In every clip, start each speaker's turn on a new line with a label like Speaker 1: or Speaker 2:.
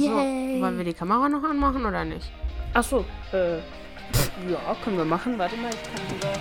Speaker 1: hey.
Speaker 2: Wollen wir die Kamera noch anmachen oder nicht?
Speaker 1: Achso, ja, können wir machen. Warte mal, ich kann sogar...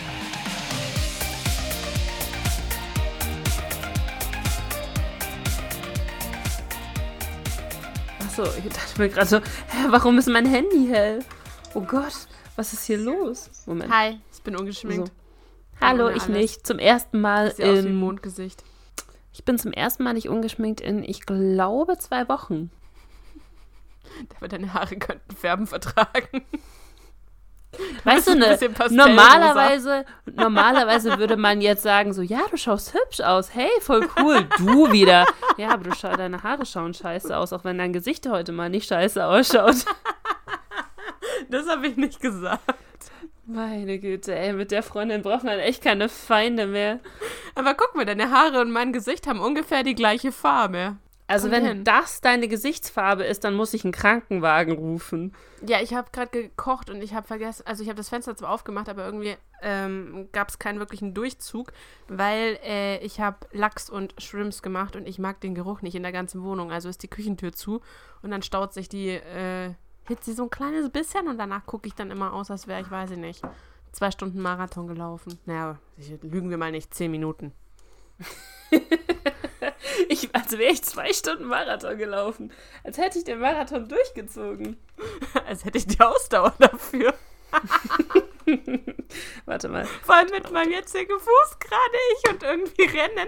Speaker 1: Achso, ich dachte mir gerade so, warum ist mein Handy hell? Oh Gott, was ist hier los? Moment.
Speaker 2: Hi, ich bin ungeschminkt.
Speaker 1: So. Hallo, ich nicht. Zum ersten Mal
Speaker 2: Sieht aus wie ein Mondgesicht.
Speaker 1: Ich bin zum ersten Mal nicht ungeschminkt in, ich glaube, 2 Wochen.
Speaker 2: Aber deine Haare könnten Färben vertragen.
Speaker 1: Weißt du, normalerweise würde man jetzt sagen so, ja, du schaust hübsch aus. Hey, voll cool. Du wieder. Ja, aber deine Haare schauen scheiße aus, auch wenn dein Gesicht heute mal nicht scheiße ausschaut.
Speaker 2: Das habe ich nicht gesagt.
Speaker 1: Meine Güte, ey, mit der Freundin braucht man echt keine Feinde mehr.
Speaker 2: Aber guck mal, deine Haare und mein Gesicht haben ungefähr die gleiche Farbe.
Speaker 1: Also wenn das deine Gesichtsfarbe ist, dann muss ich einen Krankenwagen rufen.
Speaker 2: Ja, ich habe gerade gekocht und ich habe vergessen, also ich habe das Fenster zwar aufgemacht, aber irgendwie gab es keinen wirklichen Durchzug, weil ich habe Lachs und Shrimps gemacht und ich mag den Geruch nicht in der ganzen Wohnung. Also ist die Küchentür zu und dann staut sich die Hitze so ein kleines bisschen und danach gucke ich dann immer aus, als wäre ich, weiß ich nicht, 2 Stunden Marathon gelaufen. Naja, lügen wir mal nicht, 10 Minuten.
Speaker 1: Als wäre ich 2 Stunden Marathon gelaufen. Als hätte ich den Marathon durchgezogen.
Speaker 2: Als hätte ich die Ausdauer dafür.
Speaker 1: Warte mal.
Speaker 2: Vor allem mit meinem jetzigen Fuß gerade ich und irgendwie rennen.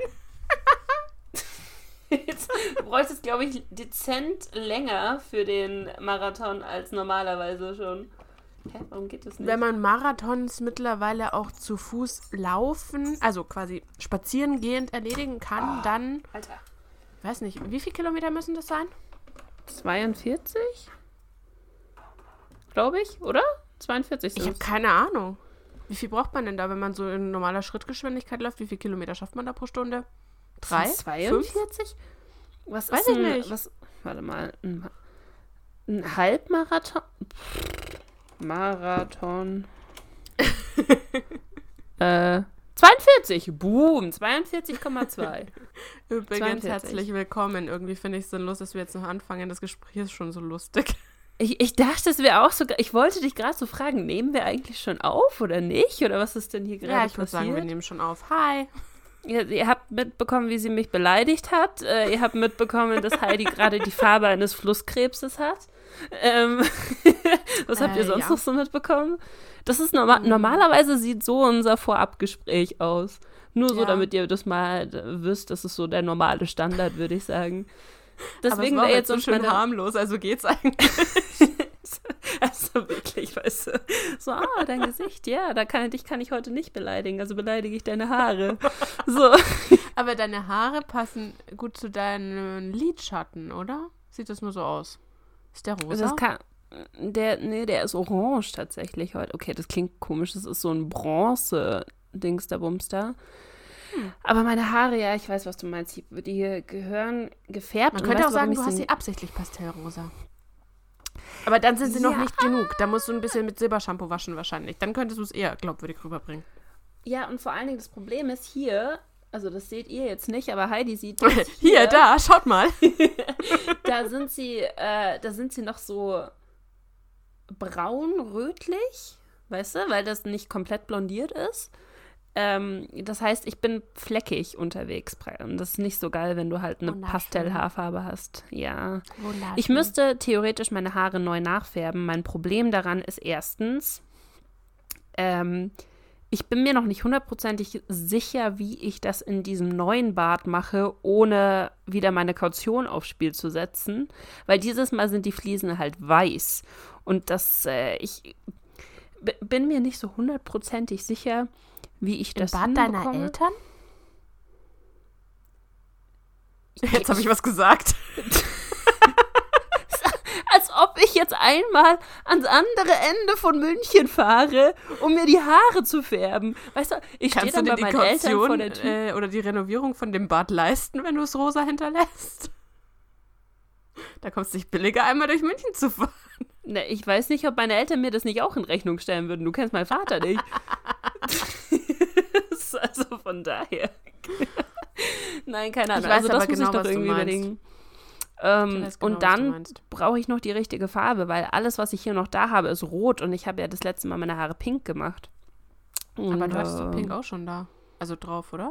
Speaker 1: Jetzt bräuchtest, glaube ich, dezent länger für den Marathon als normalerweise schon. Hä, warum geht das nicht?
Speaker 2: Wenn man Marathons mittlerweile auch zu Fuß laufen, also quasi spazieren gehend erledigen kann, dann,
Speaker 1: Alter.
Speaker 2: weiß nicht, wie viele Kilometer müssen das sein?
Speaker 1: 42? Glaube ich, oder? 42 sind
Speaker 2: Ich habe keine Ahnung. Wie viel braucht man denn da, wenn man so in normaler Schrittgeschwindigkeit läuft? Wie viele Kilometer schafft man da pro Stunde? 3?
Speaker 1: 42? Was
Speaker 2: weiß
Speaker 1: ist
Speaker 2: ich nicht.
Speaker 1: Warte mal. Ein Halbmarathon? Marathon. 42. Boom. 42,2.
Speaker 2: Übrigens
Speaker 1: 42.
Speaker 2: herzlich willkommen. Irgendwie finde ich es sinnlos, dass wir jetzt noch anfangen. Das Gespräch ist schon so lustig.
Speaker 1: Ich dachte, es wäre auch so. Ich wollte dich gerade so fragen, nehmen wir eigentlich schon auf oder nicht? Oder was ist denn hier gerade passiert?
Speaker 2: Ja, ich würde sagen, wir nehmen schon auf. Hi.
Speaker 1: Ihr habt mitbekommen, wie sie mich beleidigt hat. Ihr habt mitbekommen, dass Heidi gerade die Farbe eines Flusskrebses hat. Was habt ihr sonst noch so mitbekommen? Das ist normalerweise sieht so unser Vorabgespräch aus. Nur so, damit ihr das mal wisst, das ist so der normale Standard, würde ich sagen. Deswegen
Speaker 2: wäre
Speaker 1: jetzt
Speaker 2: so schön harmlos, also geht's eigentlich.
Speaker 1: Also wirklich, weißt du, so, dein Gesicht, ja, dich kann ich heute nicht beleidigen, also beleidige ich deine Haare. So.
Speaker 2: Aber deine Haare passen gut zu deinen Lidschatten, oder? Sieht das nur so aus? Ist der rosa?
Speaker 1: Der ist orange tatsächlich heute. Okay, das klingt komisch, das ist so ein Bronze-Dings der Bumster. Aber meine Haare, ja, ich weiß, was du meinst, die gehören gefärbt.
Speaker 2: Man könnte auch sagen, du hast sie absichtlich pastellrosa. Aber dann sind sie noch nicht genug. Da musst du ein bisschen mit Silbershampoo waschen wahrscheinlich. Dann könntest du es eher glaubwürdig rüberbringen.
Speaker 1: Ja, und vor allen Dingen das Problem ist hier, also das seht ihr jetzt nicht, aber Heidi sieht
Speaker 2: hier, da, schaut mal.
Speaker 1: Da sind sie noch so braun-rötlich, weißt du, weil das nicht komplett blondiert ist. Das heißt, ich bin fleckig unterwegs. Und das ist nicht so geil, wenn du halt eine Pastellhaarfarbe hast. Ja. Ich müsste theoretisch meine Haare neu nachfärben. Mein Problem daran ist erstens, ich bin mir noch nicht 100% sicher, wie ich das in diesem neuen Bart mache, ohne wieder meine Kaution aufs Spiel zu setzen. Weil dieses Mal sind die Fliesen halt weiß. Und ich bin mir nicht so 100% sicher, wie ich das
Speaker 2: hinbekomme. Im Bad deiner Eltern?
Speaker 1: Jetzt habe ich was gesagt. Als ob ich jetzt einmal ans andere Ende von München fahre, um mir die Haare zu färben. Weißt du, ich stehe dann bei meinen Eltern vor der Tür.
Speaker 2: Oder die Renovierung von dem Bad leisten, wenn du es rosa hinterlässt? Da kommst du nicht billiger, einmal durch München zu fahren.
Speaker 1: Na, ich weiß nicht, ob meine Eltern mir das nicht auch in Rechnung stellen würden. Du kennst meinen Vater nicht. Also von daher. Nein, keine Ahnung.
Speaker 2: Ich weiß
Speaker 1: also das
Speaker 2: aber
Speaker 1: muss
Speaker 2: genau,
Speaker 1: ich doch
Speaker 2: was
Speaker 1: irgendwie
Speaker 2: du
Speaker 1: überlegen.
Speaker 2: weiß genau,
Speaker 1: Und
Speaker 2: was du
Speaker 1: dann
Speaker 2: meinst.
Speaker 1: brauche ich noch die richtige Farbe, weil alles, was ich hier noch da habe, ist rot und ich habe ja das letzte Mal meine Haare pink gemacht. Und,
Speaker 2: Aber du hattest doch Pink auch schon da. Also drauf, oder?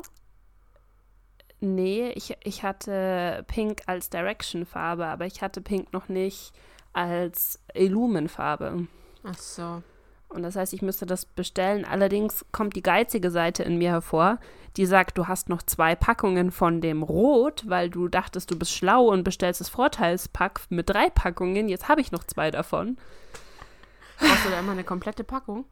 Speaker 1: Nee, ich hatte Pink als Direction-Farbe, aber ich hatte Pink noch nicht als Illumin-Farbe.
Speaker 2: Ach so.
Speaker 1: Und das heißt, ich müsste das bestellen. Allerdings kommt die geizige Seite in mir hervor, die sagt, du hast noch 2 Packungen von dem Rot, weil du dachtest, du bist schlau und bestellst das Vorteilspack mit 3 Packungen. Jetzt habe ich noch 2 davon.
Speaker 2: Brauchst du da immer eine komplette Packung?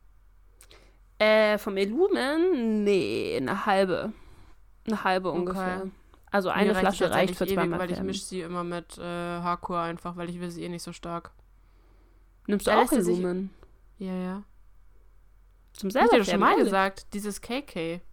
Speaker 1: Vom Illumin? Nee, eine halbe. Eine halbe ungefähr. Also eine
Speaker 2: Mir
Speaker 1: Flasche
Speaker 2: es
Speaker 1: reicht für
Speaker 2: ewig,
Speaker 1: zweimal
Speaker 2: weil ich
Speaker 1: färben.
Speaker 2: mische sie immer mit Haarkur einfach, weil ich will sie eh nicht so stark.
Speaker 1: Nimmst du
Speaker 2: Da
Speaker 1: auch
Speaker 2: lässt er sich-
Speaker 1: Illumin?
Speaker 2: Ja, ja.
Speaker 1: Zum
Speaker 2: Hab ich
Speaker 1: selber
Speaker 2: dir doch schon mal
Speaker 1: färben,
Speaker 2: gesagt, dieses KK.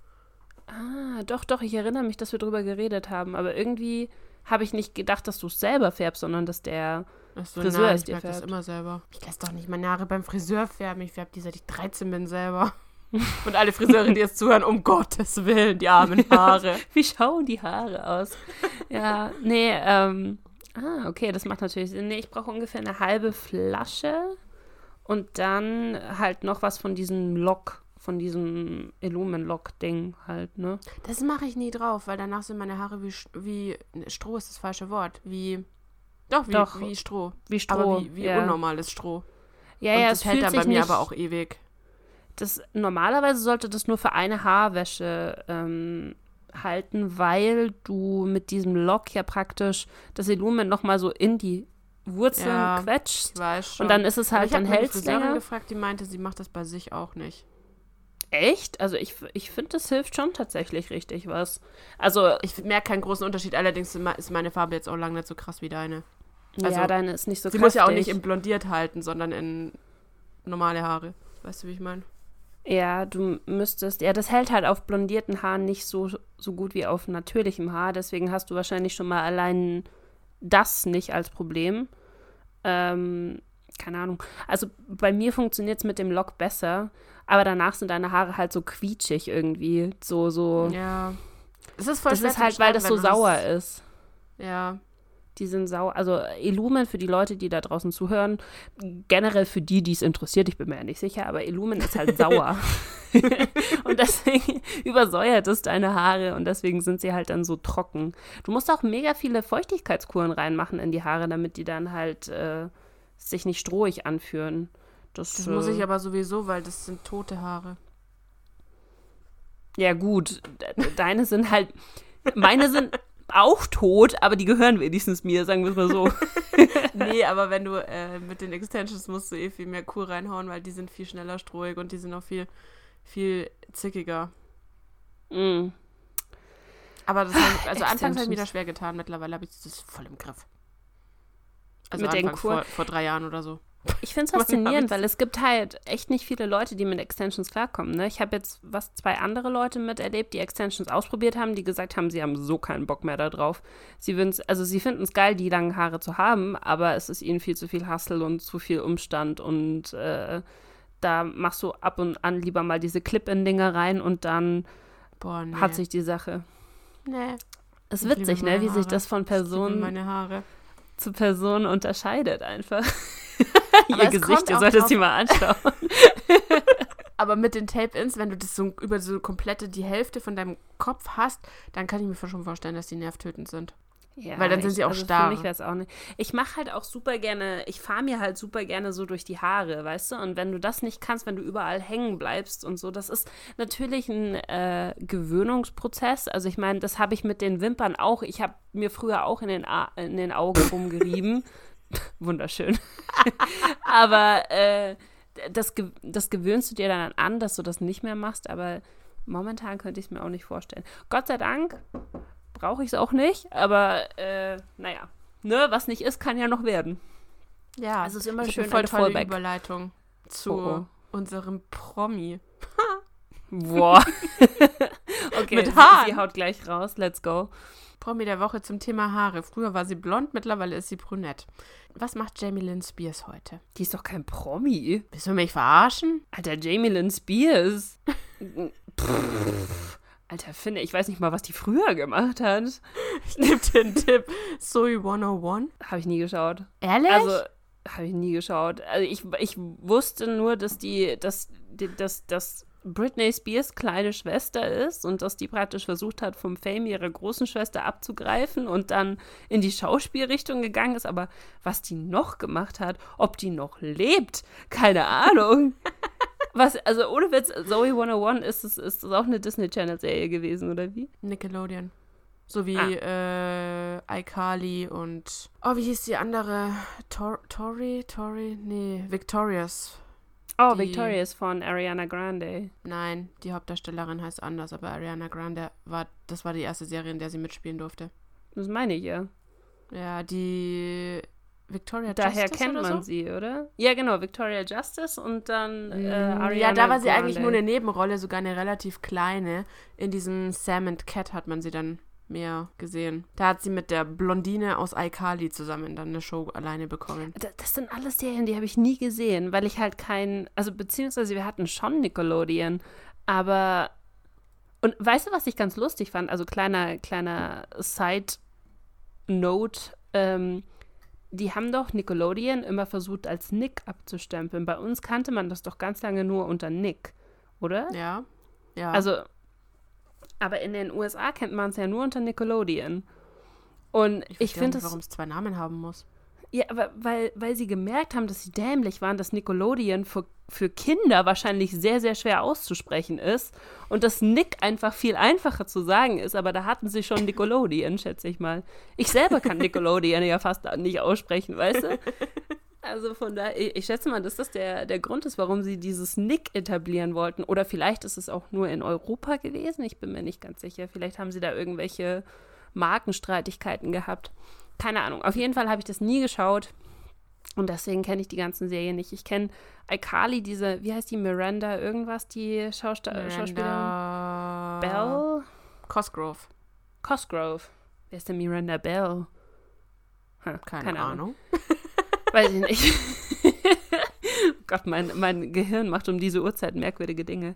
Speaker 1: Ah, doch, ich erinnere mich, dass wir drüber geredet haben. Aber irgendwie habe ich nicht gedacht, dass du es selber färbst, sondern dass der
Speaker 2: Achso,
Speaker 1: Friseur
Speaker 2: nein,
Speaker 1: ist
Speaker 2: ich
Speaker 1: dir
Speaker 2: mag das
Speaker 1: färbt.
Speaker 2: immer selber. Ich lasse doch nicht meine Haare beim Friseur färben. Ich färbe die, seit ich 13 bin, selber. Und alle Friseure, die jetzt zuhören, um Gottes Willen, die armen Haare.
Speaker 1: Wie schauen die Haare aus? Ja, nee, okay, das macht natürlich Sinn. Nee, ich brauche ungefähr eine halbe Flasche und dann halt noch was von diesem Lock, von diesem Illumin-Lock-Ding halt, ne?
Speaker 2: Das mache ich nie drauf, weil danach sind meine Haare wie Stroh ist das falsche Wort. Wie Stroh.
Speaker 1: Wie Stroh.
Speaker 2: Aber wie
Speaker 1: ja.
Speaker 2: unnormales Stroh.
Speaker 1: Ja,
Speaker 2: Und
Speaker 1: ja,
Speaker 2: das
Speaker 1: es
Speaker 2: hält
Speaker 1: fühlt
Speaker 2: dann
Speaker 1: sich
Speaker 2: bei mir
Speaker 1: nicht,
Speaker 2: aber auch ewig.
Speaker 1: Normalerweise sollte das nur für eine Haarwäsche halten, weil du mit diesem Lock ja praktisch das Illumin nochmal so in die Wurzeln
Speaker 2: Ja,
Speaker 1: quetscht.
Speaker 2: Ich weiß schon.
Speaker 1: Und dann ist es
Speaker 2: Aber
Speaker 1: halt,
Speaker 2: ich habe
Speaker 1: dann
Speaker 2: meine
Speaker 1: hält es
Speaker 2: Friseurin
Speaker 1: länger.
Speaker 2: gefragt, die meinte, sie macht das bei sich auch nicht.
Speaker 1: Echt? Also ich finde, das hilft schon tatsächlich richtig was. Also,
Speaker 2: Ich merke keinen großen Unterschied, allerdings ist meine Farbe jetzt auch lange nicht so krass wie deine. Also,
Speaker 1: ja, deine ist nicht so
Speaker 2: Sie
Speaker 1: kräftig.
Speaker 2: muss ja auch nicht in blondiert halten, sondern in normale Haare. Weißt du, wie ich meine?
Speaker 1: Ja, du müsstest, ja, das hält halt auf blondierten Haaren nicht so gut wie auf natürlichem Haar. Deswegen hast du wahrscheinlich schon mal allein das nicht als Problem. Keine Ahnung. Also bei mir funktioniert es mit dem Lock besser, aber danach sind deine Haare halt so quietschig irgendwie. So.
Speaker 2: Ja. Es ist voll
Speaker 1: Das
Speaker 2: schwer
Speaker 1: ist
Speaker 2: zu
Speaker 1: halt, weil das so
Speaker 2: beschreiben, wenn
Speaker 1: sauer
Speaker 2: man
Speaker 1: ist.
Speaker 2: Ja.
Speaker 1: Die sind sauer. Also Illumin für die Leute, die da draußen zuhören, generell für die, die es interessiert, ich bin mir ja nicht sicher, aber Illumin ist halt sauer. Und deswegen übersäuert es deine Haare und deswegen sind sie halt dann so trocken. Du musst auch mega viele Feuchtigkeitskuren reinmachen in die Haare, damit die dann halt sich nicht strohig anfühlen.
Speaker 2: Das muss ich aber sowieso, weil das sind tote Haare.
Speaker 1: Ja gut, deine sind halt, meine sind auch tot, aber die gehören wenigstens mir, sagen wir es mal so.
Speaker 2: Nee, aber wenn du mit den Extensions musst du eh viel mehr Kur reinhauen, weil die sind viel schneller strohig und die sind auch viel zickiger.
Speaker 1: Mm.
Speaker 2: Aber das anfangs habe ich mir das schwer getan, mittlerweile habe ich das voll im Griff. Also
Speaker 1: Mit den
Speaker 2: anfangs vor 3 Jahren oder so.
Speaker 1: Ich finde es faszinierend, weil es gibt halt echt nicht viele Leute, die mit Extensions klarkommen. Ne? Ich habe jetzt 2 andere Leute miterlebt, die Extensions ausprobiert haben, die gesagt haben, sie haben so keinen Bock mehr da drauf. Sie finden es geil, die langen Haare zu haben, aber es ist ihnen viel zu viel Hassel und zu viel Umstand und da machst du ab und an lieber mal diese Clip-In-Dinger rein und dann hat sich die Sache.
Speaker 2: Nee.
Speaker 1: Es ist
Speaker 2: Ich liebe
Speaker 1: witzig, ne,
Speaker 2: meine
Speaker 1: wie sich
Speaker 2: Haare.
Speaker 1: das von
Speaker 2: Ich liebe
Speaker 1: Person
Speaker 2: meine Haare.
Speaker 1: zu Person unterscheidet einfach.
Speaker 2: Aber
Speaker 1: Ihr
Speaker 2: es
Speaker 1: Gesicht,
Speaker 2: kommt
Speaker 1: ihr
Speaker 2: auch
Speaker 1: solltet
Speaker 2: drauf-
Speaker 1: sie mal anschauen.
Speaker 2: Aber mit den Tape-Ins, wenn du das so über so die Hälfte von deinem Kopf hast, dann kann ich mir schon vorstellen, dass die nervtötend sind.
Speaker 1: Ja,
Speaker 2: Weil dann sind sie auch starr.
Speaker 1: Für mich wäre es auch nicht. Ich mache halt auch super gerne, ich fahre mir halt super gerne so durch die Haare, weißt du? Und wenn du das nicht kannst, wenn du überall hängen bleibst und so, das ist natürlich ein Gewöhnungsprozess. Also ich meine, das habe ich mit den Wimpern auch. Ich habe mir früher auch in den Augen rumgerieben. Wunderschön. Aber das gewöhnst du dir dann an, dass du das nicht mehr machst. Aber momentan könnte ich es mir auch nicht vorstellen. Gott sei Dank brauche ich es auch nicht, aber naja, ne, was nicht ist, kann ja noch werden.
Speaker 2: Ja,
Speaker 1: Es ist immer
Speaker 2: ich hab
Speaker 1: schön
Speaker 2: eine voll
Speaker 1: eine
Speaker 2: tolle
Speaker 1: Fallback.
Speaker 2: Überleitung zu
Speaker 1: Oh.
Speaker 2: unserem Promi.
Speaker 1: Boah. Okay,
Speaker 2: Mit Haaren.
Speaker 1: sie haut gleich raus, let's go.
Speaker 2: Promi der Woche zum Thema Haare. Früher war sie blond, mittlerweile ist sie brünett. Was macht Jamie Lynn Spears heute?
Speaker 1: Die ist doch kein Promi.
Speaker 2: Willst du mich verarschen?
Speaker 1: Alter, Jamie Lynn Spears. Pff, Alter, Finne, ich weiß nicht mal, was die früher gemacht hat.
Speaker 2: Ich nehme den Tipp. Zoe 101.
Speaker 1: Habe ich nie geschaut.
Speaker 2: Ehrlich?
Speaker 1: Also, habe ich nie geschaut. Also, ich wusste nur, dass Britney Spears kleine Schwester ist und dass die praktisch versucht hat, vom Fame ihrer großen Schwester abzugreifen und dann in die Schauspielrichtung gegangen ist. Aber was die noch gemacht hat, ob die noch lebt, keine Ahnung. Also ohne Witz, Zoe 101 ist das auch eine Disney-Channel-Serie gewesen, oder wie?
Speaker 2: Nickelodeon. So wie iCarly und wie hieß die andere? Tori? Nee, Victorious.
Speaker 1: Oh, Victorious von Ariana Grande.
Speaker 2: Nein, die Hauptdarstellerin heißt anders, aber Ariana Grande das war die erste Serie, in der sie mitspielen durfte.
Speaker 1: Das meine ich ja.
Speaker 2: Ja, die Victoria
Speaker 1: Daher
Speaker 2: Justice
Speaker 1: kennt
Speaker 2: oder
Speaker 1: man
Speaker 2: so?
Speaker 1: sie, oder? Ja, genau, Victoria Justice und dann Ariana
Speaker 2: Ja, da war sie
Speaker 1: Grande.
Speaker 2: eigentlich nur eine Nebenrolle, sogar eine relativ kleine. In diesem Sam and Cat hat man sie dann mehr gesehen. Da hat sie mit der Blondine aus iCarly zusammen dann eine Show alleine bekommen.
Speaker 1: Das sind alles Serien, die habe ich nie gesehen, weil ich halt beziehungsweise wir hatten schon Nickelodeon, aber und weißt du, was ich ganz lustig fand? Also kleiner Side-Note, die haben doch Nickelodeon immer versucht, als Nick abzustempeln. Bei uns kannte man das doch ganz lange nur unter Nick, oder?
Speaker 2: Ja.
Speaker 1: Also, aber in den USA kennt man es ja nur unter Nickelodeon. Und ich finde es...
Speaker 2: warum es 2 Namen haben muss.
Speaker 1: Ja, aber weil sie gemerkt haben, dass sie dämlich waren, dass Nickelodeon für Kinder wahrscheinlich sehr, sehr schwer auszusprechen ist und dass Nick einfach viel einfacher zu sagen ist, aber da hatten sie schon Nickelodeon, schätze ich mal. Ich selber kann Nickelodeon ja fast nicht aussprechen, weißt du? Also von daher, ich schätze mal, dass das der Grund ist, warum sie dieses Nick etablieren wollten. Oder vielleicht ist es auch nur in Europa gewesen, ich bin mir nicht ganz sicher. Vielleicht haben sie da irgendwelche Markenstreitigkeiten gehabt. Keine Ahnung. Auf jeden Fall habe ich das nie geschaut und deswegen kenne ich die ganzen Serien nicht. Ich kenne iCarly, wie heißt die, Miranda irgendwas, die Schauspielerin? Bell?
Speaker 2: Cosgrove.
Speaker 1: Wer ist denn Miranda Bell?
Speaker 2: Keine Ahnung.
Speaker 1: Weiß ich nicht. Oh Gott, mein Gehirn macht um diese Uhrzeit merkwürdige Dinge.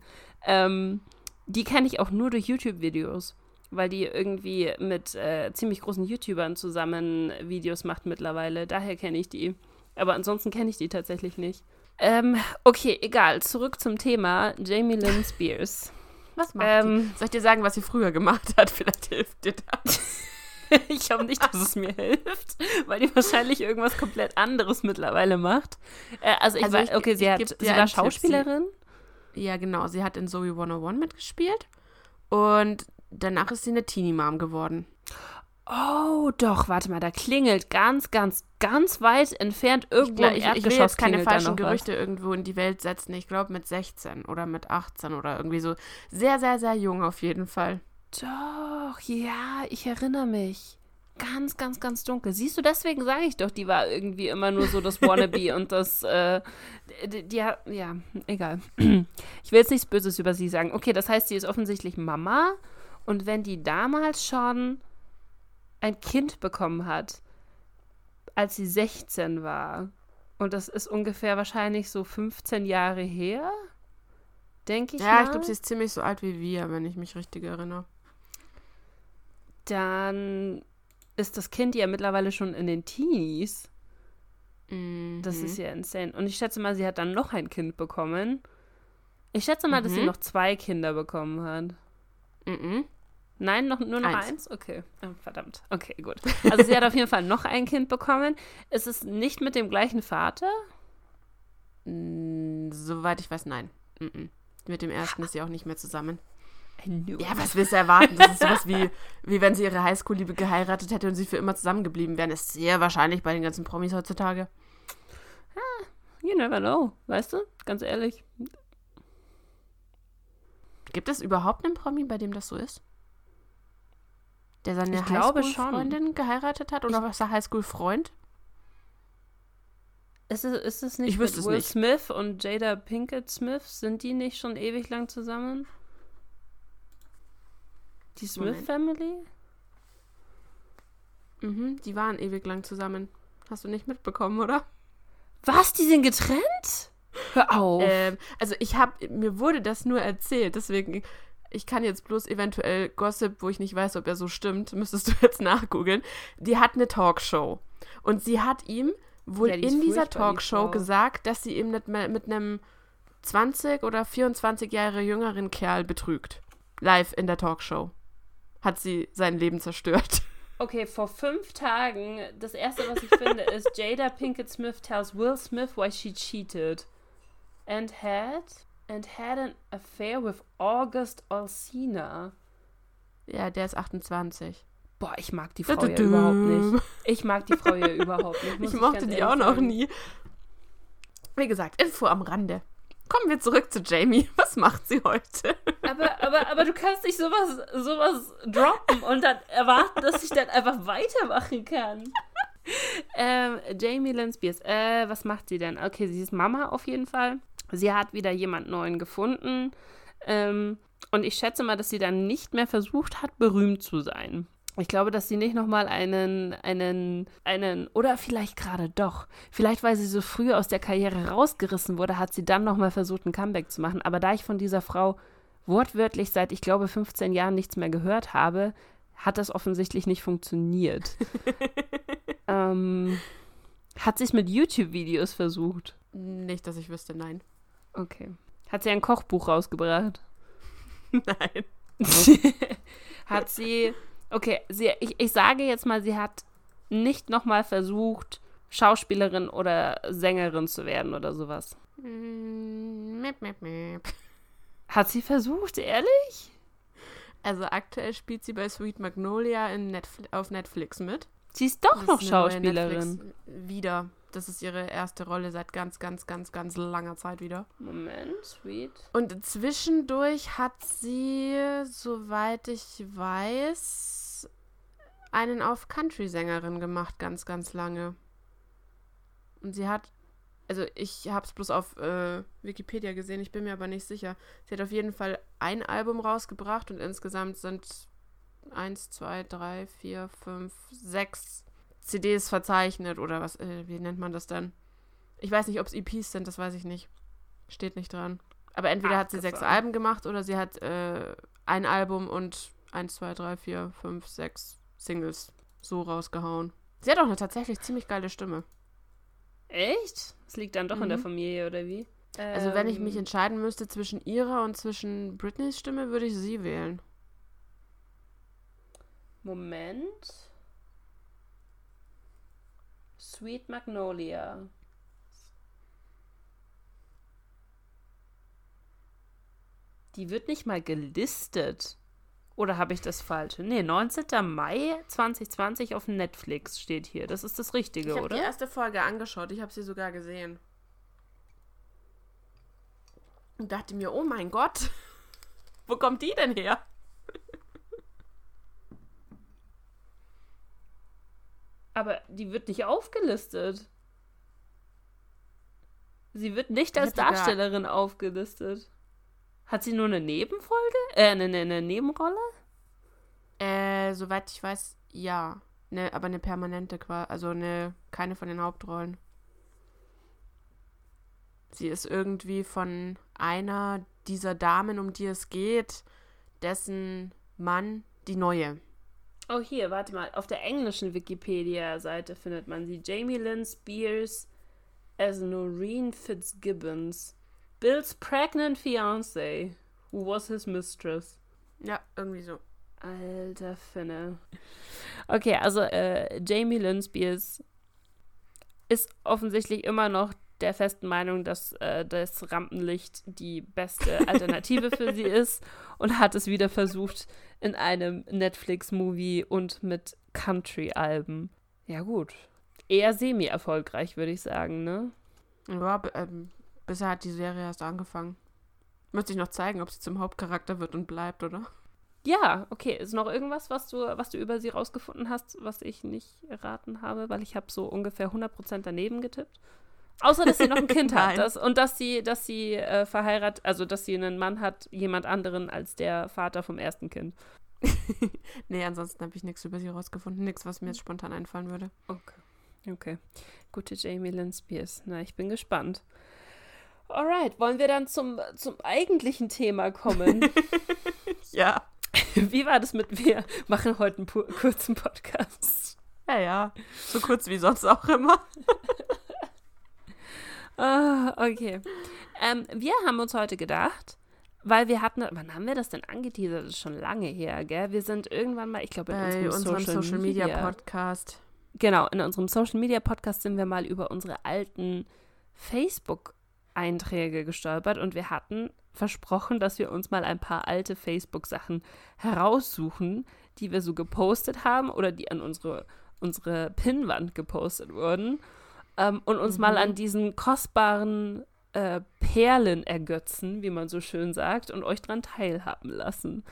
Speaker 1: Die kenne ich auch nur durch YouTube-Videos, weil die irgendwie mit ziemlich großen YouTubern zusammen Videos macht mittlerweile. Daher kenne ich die. Aber ansonsten kenne ich die tatsächlich nicht. Okay, egal. Zurück zum Thema Jamie Lynn Spears.
Speaker 2: Was macht die? Soll ich dir sagen, was sie früher gemacht hat? Vielleicht hilft dir das.
Speaker 1: Ich glaube nicht, dass es mir hilft, weil die wahrscheinlich irgendwas komplett anderes mittlerweile macht. Sie war Schauspielerin.
Speaker 2: Ja, genau. Sie hat in Zoe 101 mitgespielt und danach ist sie eine Teenie-Mom geworden.
Speaker 1: Oh, doch, warte mal, da klingelt ganz, ganz, ganz weit entfernt irgendwo im Erdgeschoss.
Speaker 2: Ich will jetzt keine falschen Gerüchte irgendwo in die Welt setzen. Ich glaube mit 16 oder mit 18 oder irgendwie so. Sehr, sehr, sehr jung auf jeden Fall.
Speaker 1: Doch, ja, ich erinnere mich. Ganz, ganz, ganz dunkel. Siehst du, deswegen sage ich doch, die war irgendwie immer nur so das Wannabe und das, ja, egal. Ich will jetzt nichts Böses über sie sagen. Okay, das heißt, sie ist offensichtlich Mama und wenn die damals schon ein Kind bekommen hat, als sie 16 war, und das ist ungefähr wahrscheinlich so 15 Jahre her, denke ich mal.
Speaker 2: Ja, ich glaube, sie ist ziemlich so alt wie wir, wenn ich mich richtig erinnere.
Speaker 1: Dann ist das Kind ja mittlerweile schon in den Teenies.
Speaker 2: Mhm.
Speaker 1: Das ist ja insane. Und ich schätze mal, sie hat dann noch ein Kind bekommen. Ich schätze mal, dass sie noch 2 Kinder bekommen hat.
Speaker 2: Mhm.
Speaker 1: Nein, nur noch eins? Okay. Oh, verdammt. Okay, gut. Also sie hat auf jeden Fall noch ein Kind bekommen. Ist es nicht mit dem gleichen Vater?
Speaker 2: Soweit ich weiß, nein. Mit dem ersten ist sie auch nicht mehr zusammen.
Speaker 1: Ja,
Speaker 2: was willst du erwarten? Das ist sowas wie wenn sie ihre Highschool-Liebe geheiratet hätte und sie für immer zusammengeblieben wären. Ist sehr wahrscheinlich bei den ganzen Promis heutzutage.
Speaker 1: You never know, weißt du? Ganz ehrlich.
Speaker 2: Gibt es überhaupt einen Promi, bei dem das so ist? Der seine
Speaker 1: Ich glaube
Speaker 2: Highschool-Freundin geheiratet hat? Oder was der Highschool-Freund?
Speaker 1: Ist es nicht
Speaker 2: Ich wüsste
Speaker 1: mit
Speaker 2: es
Speaker 1: Will
Speaker 2: nicht.
Speaker 1: Smith und Jada Pinkett Smith? Sind die nicht schon ewig lang zusammen? Die Smith Family?
Speaker 2: Die waren ewig lang zusammen. Hast du nicht mitbekommen, oder?
Speaker 1: Was? Die sind getrennt? Hör auf.
Speaker 2: Also mir wurde das nur erzählt, deswegen ich kann jetzt bloß eventuell Gossip, wo ich nicht weiß, ob er so stimmt, müsstest du jetzt nachgoogeln. Die hat eine Talkshow. Und sie hat ihm wohl in dieser Talkshow gesagt, dass sie ihm nicht mehr mit einem 20 oder 24 Jahre jüngeren Kerl betrügt. Live in der Talkshow. Hat sie sein Leben zerstört.
Speaker 1: Okay, vor 5 Tagen, das erste, was ich finde, ist Jada Pinkett Smith tells Will Smith why she cheated. And had an affair with August Alsina.
Speaker 2: Ja, der ist 28.
Speaker 1: Boah, ich mag die Frau ja überhaupt nicht. Ich mag die Frau ja überhaupt nicht.
Speaker 2: Ich mochte die auch noch nie. Wie gesagt, Info am Rande. Kommen wir zurück zu Jamie. Was macht sie heute?
Speaker 1: Aber du kannst nicht sowas droppen und dann erwarten, dass ich dann einfach weitermachen kann. Jamie Lynn Spears. Was macht sie denn? Okay, sie ist Mama auf jeden Fall. Sie hat wieder jemand Neuen gefunden. Und ich schätze mal, dass sie dann nicht mehr versucht hat, berühmt zu sein. Ich glaube, dass sie nicht nochmal einen, oder vielleicht gerade doch, vielleicht weil sie so früh aus der Karriere rausgerissen wurde, hat sie dann nochmal versucht, ein Comeback zu machen. Aber da ich von dieser Frau wortwörtlich seit, ich glaube, 15 Jahren nichts mehr gehört habe, hat das offensichtlich nicht funktioniert. Hat sie es mit YouTube-Videos versucht?
Speaker 2: Nicht, dass ich wüsste, nein.
Speaker 1: Okay. Hat sie ein Kochbuch rausgebracht?
Speaker 2: Nein.
Speaker 1: Hat sie... Okay, ich sage jetzt mal, sie hat nicht nochmal versucht, Schauspielerin oder Sängerin zu werden oder sowas. Hat sie versucht, ehrlich?
Speaker 2: Also aktuell spielt sie bei Sweet Magnolia auf Netflix mit.
Speaker 1: Sie ist doch noch Schauspielerin.
Speaker 2: Wieder. Das ist ihre erste Rolle seit ganz, ganz, ganz, ganz langer Zeit wieder.
Speaker 1: Moment, sweet.
Speaker 2: Und zwischendurch hat sie, soweit ich weiß, einen auf Country-Sängerin gemacht, ganz, ganz lange. Und sie hat, also ich habe es bloß auf Wikipedia gesehen, ich bin mir aber nicht sicher. Sie hat auf jeden Fall ein Album rausgebracht und insgesamt sind 1, 2, 3, 4, 5, 6 CDs verzeichnet oder was, wie nennt man das denn? Ich weiß nicht, ob es EPs sind, das weiß ich nicht. Steht nicht dran. Aber entweder hat sie 6 Alben gemacht oder sie hat ein Album und 1, 2, 3, 4, 5, 6 Singles so rausgehauen. Sie hat auch eine tatsächlich ziemlich geile Stimme.
Speaker 1: Echt? Das liegt dann doch in der Familie, oder wie?
Speaker 2: Also wenn ich mich entscheiden müsste zwischen ihrer und zwischen Britneys Stimme, würde ich sie wählen.
Speaker 1: Moment. Sweet Magnolia. Die wird nicht mal gelistet. Oder habe ich das Falsche? Nee, 19. Mai 2020 auf Netflix steht hier. Das ist das Richtige, oder?
Speaker 2: Ich habe die erste Folge angeschaut. Ich habe sie sogar gesehen. Und dachte mir, oh mein Gott, wo kommt die denn her?
Speaker 1: Aber die wird nicht aufgelistet. Sie wird nicht als Darstellerin aufgelistet. Hat sie nur eine Nebenfolge? Eine Nebenrolle?
Speaker 2: Soweit ich weiß, ja. Aber eine permanente quasi. Also keine von den Hauptrollen. Sie ist irgendwie von einer dieser Damen, um die es geht, dessen Mann die Neue.
Speaker 1: Oh, hier, warte mal. Auf der englischen Wikipedia-Seite findet man sie. Jamie Lynn Spears as Noreen Fitzgibbons. Bill's pregnant fiancé, who was his mistress.
Speaker 2: Ja, irgendwie so.
Speaker 1: Alter Finne. Okay, also Jamie Lynn Spears ist offensichtlich immer noch der festen Meinung, dass das Rampenlicht die beste Alternative für sie ist und hat es wieder versucht in einem Netflix-Movie und mit Country-Alben. Ja gut. Eher semi-erfolgreich, würde ich sagen, ne?
Speaker 2: Ja, bisher hat die Serie erst angefangen. Müsste ich noch zeigen, ob sie zum Hauptcharakter wird und bleibt, oder?
Speaker 1: Ja, okay. Ist noch irgendwas, was du über sie rausgefunden hast, was ich nicht erraten habe? Weil ich habe so ungefähr 100% daneben getippt. Außer, dass sie noch ein Kind hat. Und dass sie verheiratet, also dass sie einen Mann hat, jemand anderen als der Vater vom ersten Kind.
Speaker 2: Nee, ansonsten habe ich nichts über sie rausgefunden. Nichts, was mir jetzt spontan einfallen würde.
Speaker 1: Okay. Gute Jamie Lynn Spears. Na, ich bin gespannt. Alright, wollen wir dann zum eigentlichen Thema kommen?
Speaker 2: Ja.
Speaker 1: Wie war das mit wir machen heute einen kurzen Podcast?
Speaker 2: Ja. So kurz wie sonst auch immer.
Speaker 1: Okay. Wir haben uns heute gedacht, weil wir hatten, wann haben wir das denn angeteasert? Das ist schon lange her, gell? Wir sind irgendwann mal, ich glaube, in unserem Social Media
Speaker 2: Podcast.
Speaker 1: Genau, in unserem Social Media Podcast sind wir mal über unsere alten Facebook-Einträge gestolpert und wir hatten versprochen, dass wir uns mal ein paar alte Facebook-Sachen heraussuchen, die wir so gepostet haben oder die an unsere Pinnwand gepostet wurden und uns mal an diesen kostbaren Perlen ergötzen, wie man so schön sagt, und euch dran teilhaben lassen.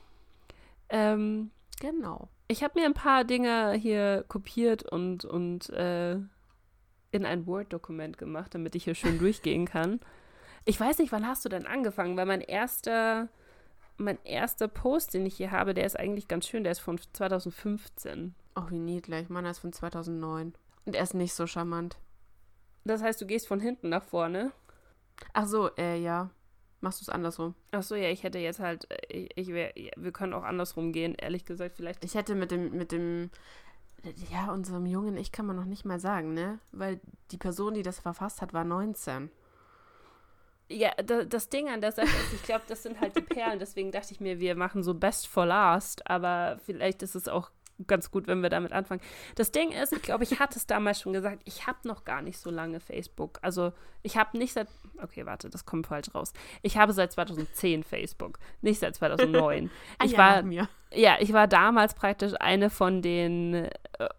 Speaker 2: Genau.
Speaker 1: Ich habe mir ein paar Dinge hier kopiert und in ein Word-Dokument gemacht, damit ich hier schön durchgehen kann. Ich weiß nicht, wann hast du denn angefangen? Weil mein erster Post, den ich hier habe, der ist eigentlich ganz schön. Der ist von 2015.
Speaker 2: Ach, wie niedlich. Meiner ist von 2009. Und er ist nicht so charmant.
Speaker 1: Das heißt, du gehst von hinten nach vorne?
Speaker 2: Ach so, ja. Machst du es andersrum?
Speaker 1: Ach so, ja, ich hätte jetzt halt, wir können auch andersrum gehen, ehrlich gesagt, vielleicht.
Speaker 2: Ich hätte mit dem, ja, unserem Jungen, ich kann man noch nicht mal sagen, ne? Weil die Person, die das verfasst hat, war 19.
Speaker 1: Ja, das Ding an der Sache ist, ich glaube, das sind halt die Perlen, deswegen dachte ich mir, wir machen so Best for Last, aber vielleicht ist es auch ganz gut, wenn wir damit anfangen. Das Ding ist, ich glaube, ich hatte es damals schon gesagt, ich habe noch gar nicht so lange Facebook. Also ich habe nicht seit, okay, warte, das kommt falsch raus. Ich habe seit 2010 Facebook, nicht seit 2009. Ich war damals praktisch eine von den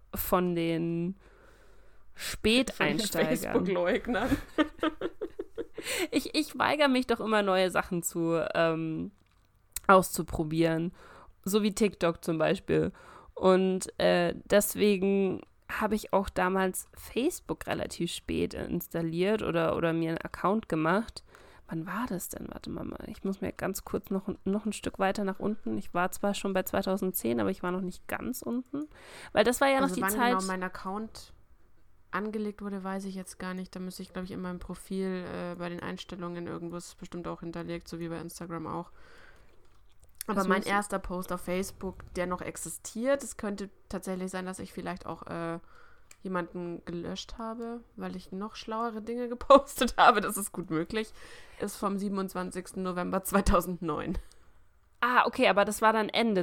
Speaker 1: Späteinsteigern.
Speaker 2: Facebook-Leugnern.
Speaker 1: Ich weigere mich doch immer, neue Sachen auszuprobieren. So wie TikTok zum Beispiel. Und deswegen habe ich auch damals Facebook relativ spät installiert oder mir einen Account gemacht. Wann war das denn? Warte mal, ich muss mir ganz kurz noch ein Stück weiter nach unten. Ich war zwar schon bei 2010, aber ich war noch nicht ganz unten. Weil das war ja noch die
Speaker 2: wann
Speaker 1: Zeit.
Speaker 2: Genau mein Account angelegt wurde, weiß ich jetzt gar nicht. Da müsste ich, glaube ich, in meinem Profil bei den Einstellungen irgendwo ist bestimmt auch hinterlegt, so wie bei Instagram auch. Aber mein erster Post auf Facebook, der noch existiert, es könnte tatsächlich sein, dass ich vielleicht auch jemanden gelöscht habe, weil ich noch schlauere Dinge gepostet habe, das ist gut möglich, ist vom 27. November 2009.
Speaker 1: Ah, okay, aber das war dann Ende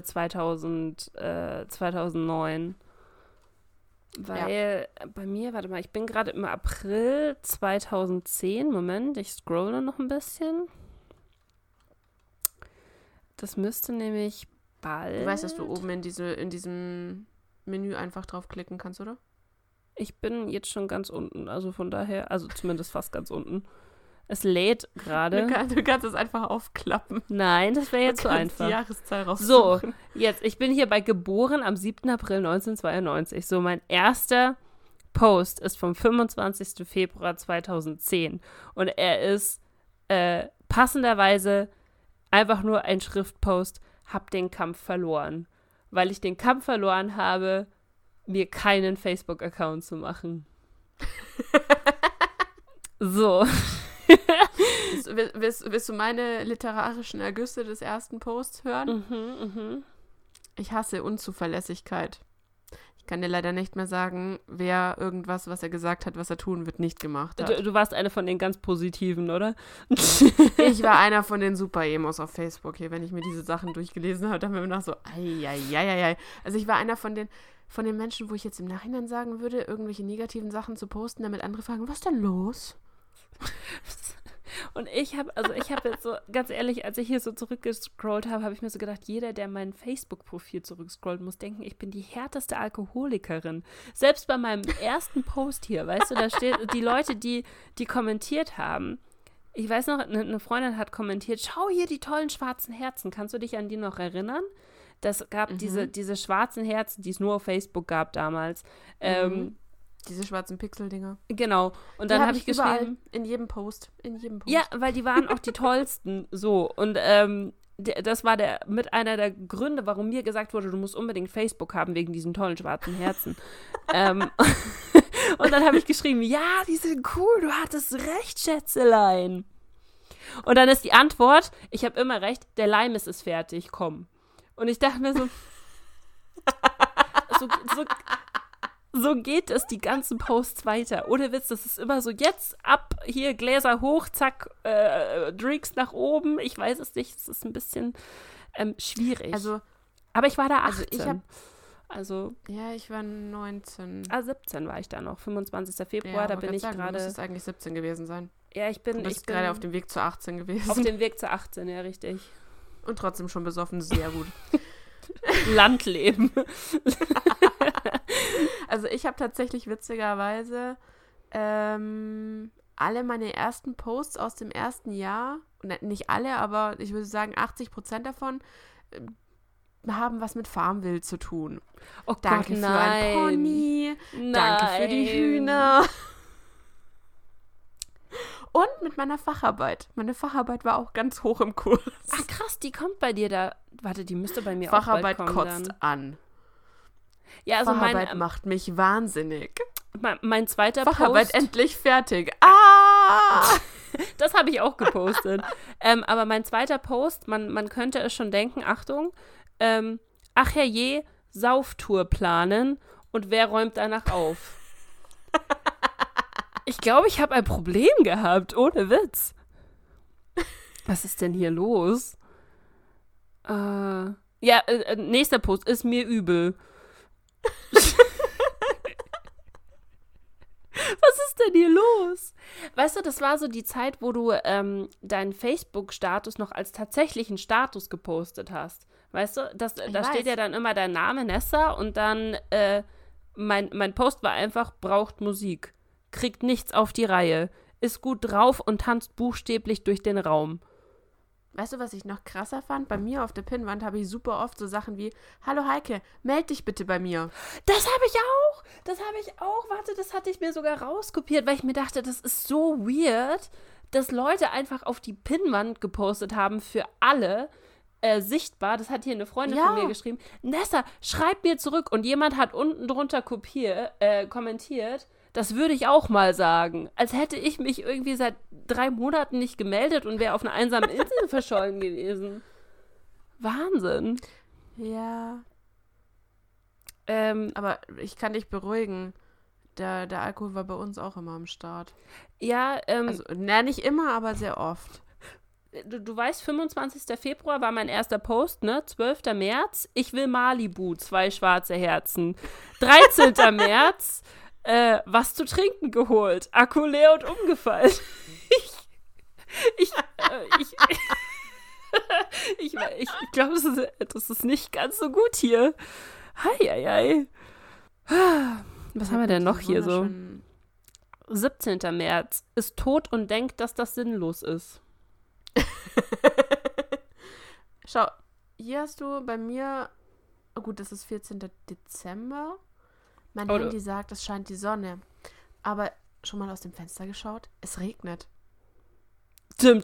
Speaker 1: 2009. Weil bei mir, warte mal, ich bin gerade im April 2010, Moment, ich scrolle noch ein bisschen. Das müsste nämlich bald...
Speaker 2: Du weißt, dass du oben in diesem Menü einfach draufklicken kannst, oder?
Speaker 1: Ich bin jetzt schon ganz unten, also von daher, also zumindest fast ganz unten. Es lädt gerade.
Speaker 2: Du kannst es einfach aufklappen.
Speaker 1: Nein, das wäre jetzt zu einfach.
Speaker 2: Die Jahreszahl raussuchen.
Speaker 1: So, jetzt, ich bin hier bei geboren am 7. April 1992. So, mein erster Post ist vom 25. Februar 2010. Und er ist passenderweise einfach nur ein Schriftpost, hab den Kampf verloren. Weil ich den Kampf verloren habe, mir keinen Facebook-Account zu machen. So.
Speaker 2: Willst du meine literarischen Ergüsse des ersten Posts hören? Ich hasse Unzuverlässigkeit. Ich kann dir leider nicht mehr sagen, wer irgendwas, was er gesagt hat, was er tun wird, nicht gemacht hat.
Speaker 1: Du warst eine von den ganz Positiven, oder?
Speaker 2: Ich war einer von den Super-Emos auf Facebook. Hier, wenn ich mir diese Sachen durchgelesen habe, dann bin ich nach so, ei. Also ich war einer von den Menschen, wo ich jetzt im Nachhinein sagen würde, irgendwelche negativen Sachen zu posten, damit andere fragen, was ist denn los?
Speaker 1: Und ich habe jetzt so, ganz ehrlich, als ich hier so zurückgescrollt habe, habe ich mir so gedacht, jeder, der mein Facebook-Profil zurückscrollt, muss denken, ich bin die härteste Alkoholikerin. Selbst bei meinem ersten Post hier, weißt du, da steht, die Leute, die kommentiert haben, ich weiß noch, eine Freundin hat kommentiert, schau hier die tollen schwarzen Herzen, kannst du dich an die noch erinnern? Das gab diese schwarzen Herzen, die es nur auf Facebook gab damals.
Speaker 2: Diese schwarzen Pixel-Dinger.
Speaker 1: Genau. Und dann habe ich geschrieben...
Speaker 2: In jedem Post.
Speaker 1: Ja, weil die waren auch die tollsten. So. Und das war mit einer der Gründe, warum mir gesagt wurde, du musst unbedingt Facebook haben, wegen diesen tollen schwarzen Herzen. Und dann habe ich geschrieben, ja, die sind cool, du hattest recht, Schätzelein. Und dann ist die Antwort, ich habe immer recht, der Limes ist fertig, komm. Und ich dachte mir so, so geht es die ganzen Posts weiter. Ohne Witz, das ist immer so, jetzt ab, hier Gläser hoch, zack, Drinks nach oben. Ich weiß es nicht, es ist ein bisschen schwierig.
Speaker 2: Also,
Speaker 1: aber ich war da 18.
Speaker 2: Ja, ich war 19.
Speaker 1: 17 war ich da noch, 25. Februar,
Speaker 2: Ja,
Speaker 1: da bin ich
Speaker 2: sagen,
Speaker 1: gerade.
Speaker 2: Müsste es eigentlich 17 gewesen sein.
Speaker 1: Ja,
Speaker 2: Du bist gerade auf dem Weg zu 18 gewesen.
Speaker 1: Auf dem Weg zu 18, ja, richtig.
Speaker 2: Und trotzdem schon besoffen, sehr gut.
Speaker 1: Landleben.
Speaker 2: Also ich habe tatsächlich witzigerweise alle meine ersten Posts aus dem ersten Jahr, nicht alle, aber ich würde sagen 80% davon, haben was mit Farmville zu tun.
Speaker 1: Oh
Speaker 2: Danke
Speaker 1: Gott,
Speaker 2: für ein Pony, danke für die Hühner. Und mit meiner Facharbeit. Meine Facharbeit war auch ganz hoch im Kurs.
Speaker 1: Ach krass, die kommt bei dir da. Warte, die müsste bei mir
Speaker 2: Facharbeit
Speaker 1: auch bald kommen.
Speaker 2: kotzt
Speaker 1: dann.
Speaker 2: an.
Speaker 1: Ja, also
Speaker 2: Facharbeit macht mich wahnsinnig.
Speaker 1: mein zweiter
Speaker 2: Facharbeit
Speaker 1: Post.
Speaker 2: endlich fertig. Ah!
Speaker 1: Das habe ich auch gepostet. Aber mein zweiter Post, man könnte es schon denken, Achtung, ach herrje, Sauftour planen und wer räumt danach auf? Ich glaube, ich habe ein Problem gehabt, ohne Witz. Was ist denn hier los? Nächster Post, ist mir übel. Was ist denn hier los? Weißt du, das war so die Zeit, wo du deinen Facebook-Status noch als tatsächlichen Status gepostet hast. Weißt du, da steht ja dann immer dein Name, Nessa, und dann mein Post war einfach, braucht Musik. Kriegt nichts auf die Reihe, ist gut drauf und tanzt buchstäblich durch den Raum.
Speaker 2: Weißt du, was ich noch krasser fand? Bei mir auf der Pinnwand habe ich super oft so Sachen wie, hallo Heike, meld dich bitte bei mir.
Speaker 1: Das habe ich auch. Warte, das hatte ich mir sogar rauskopiert, weil ich mir dachte, das ist so weird, dass Leute einfach auf die Pinnwand gepostet haben für alle, sichtbar. Das hat hier eine Freundin von mir geschrieben. Nessa, schreib mir zurück. Und jemand hat unten drunter kommentiert, das würde ich auch mal sagen. Als hätte ich mich irgendwie seit 3 Monaten nicht gemeldet und wäre auf einer einsamen Insel verschollen gewesen. Wahnsinn.
Speaker 2: Ja. Aber ich kann dich beruhigen. Der Alkohol war bei uns auch immer am Start.
Speaker 1: Ja,
Speaker 2: also, nicht immer, aber sehr oft.
Speaker 1: Du weißt, 25. Februar war mein erster Post, ne? 12. März, ich will Malibu, 2 schwarze Herzen. 13. März, was zu trinken geholt, Akku leer und umgefallen. Ich glaube, das ist nicht ganz so gut hier. Hei. Was haben wir denn noch hier so? 17. März, ist tot und denkt, dass das sinnlos ist.
Speaker 2: Schau, hier hast du bei mir, oh gut, das ist 14. Dezember. Mein Handy sagt, es scheint die Sonne. Aber schon mal aus dem Fenster geschaut? Es regnet.
Speaker 1: Tim.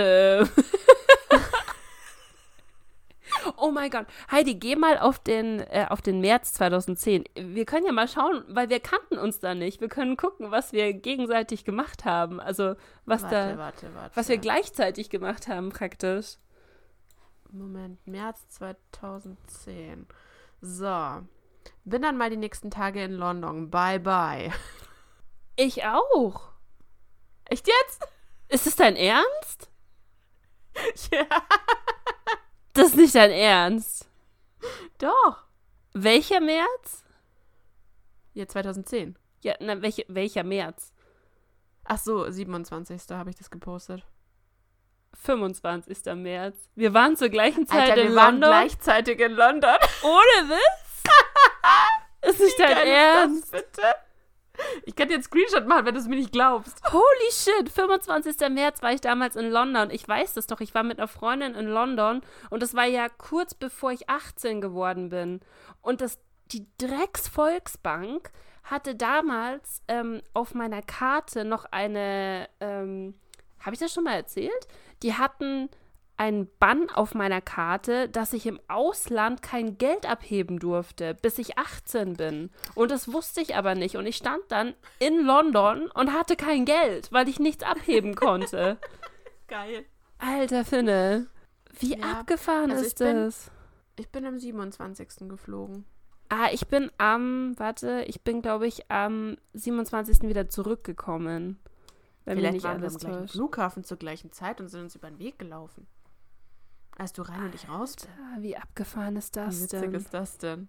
Speaker 1: Oh mein Gott. Heidi, geh mal auf den März 2010. Wir können ja mal schauen, weil wir kannten uns da nicht. Wir können gucken, was wir gegenseitig gemacht haben. Also, was wir gleichzeitig gemacht haben, praktisch.
Speaker 2: Moment, März 2010. So. Bin dann mal die nächsten Tage in London. Bye, bye.
Speaker 1: Ich auch.
Speaker 2: Echt jetzt?
Speaker 1: Ist es dein Ernst?
Speaker 2: Ja.
Speaker 1: Das ist nicht dein Ernst.
Speaker 2: Doch.
Speaker 1: Welcher März?
Speaker 2: Ja, 2010.
Speaker 1: Ja, na, welcher März?
Speaker 2: Ach so, 27. habe ich das gepostet.
Speaker 1: 25. März. Wir waren zur gleichen Zeit
Speaker 2: Alter,
Speaker 1: in
Speaker 2: wir
Speaker 1: London.
Speaker 2: waren gleichzeitig in London.
Speaker 1: Ohne Witz? Ist nicht dein Ernst?
Speaker 2: Ist das, bitte? Ich kann dir einen Screenshot machen, wenn du es mir nicht glaubst.
Speaker 1: Holy shit, 25. März war ich damals in London. Ich weiß das doch, ich war mit einer Freundin in London und das war ja kurz bevor ich 18 geworden bin. Und die Drecks-Volksbank hatte damals auf meiner Karte noch eine, habe ich das schon mal erzählt? Die hatten einen Bann auf meiner Karte, dass ich im Ausland kein Geld abheben durfte, bis ich 18 bin. Und das wusste ich aber nicht. Und ich stand dann in London und hatte kein Geld, weil ich nichts abheben konnte.
Speaker 2: Geil.
Speaker 1: Alter Finne, wie abgefahren
Speaker 2: also
Speaker 1: ist das?
Speaker 2: Ich bin am 27. geflogen.
Speaker 1: Ich bin glaube ich, am 27. wieder zurückgekommen.
Speaker 2: Vielleicht waren wir am gleichen Flughafen zur gleichen Zeit und sind uns über den Weg gelaufen. Als du rein und ich raus bist.
Speaker 1: Wie abgefahren ist das denn?
Speaker 2: Wie witzig ist das denn?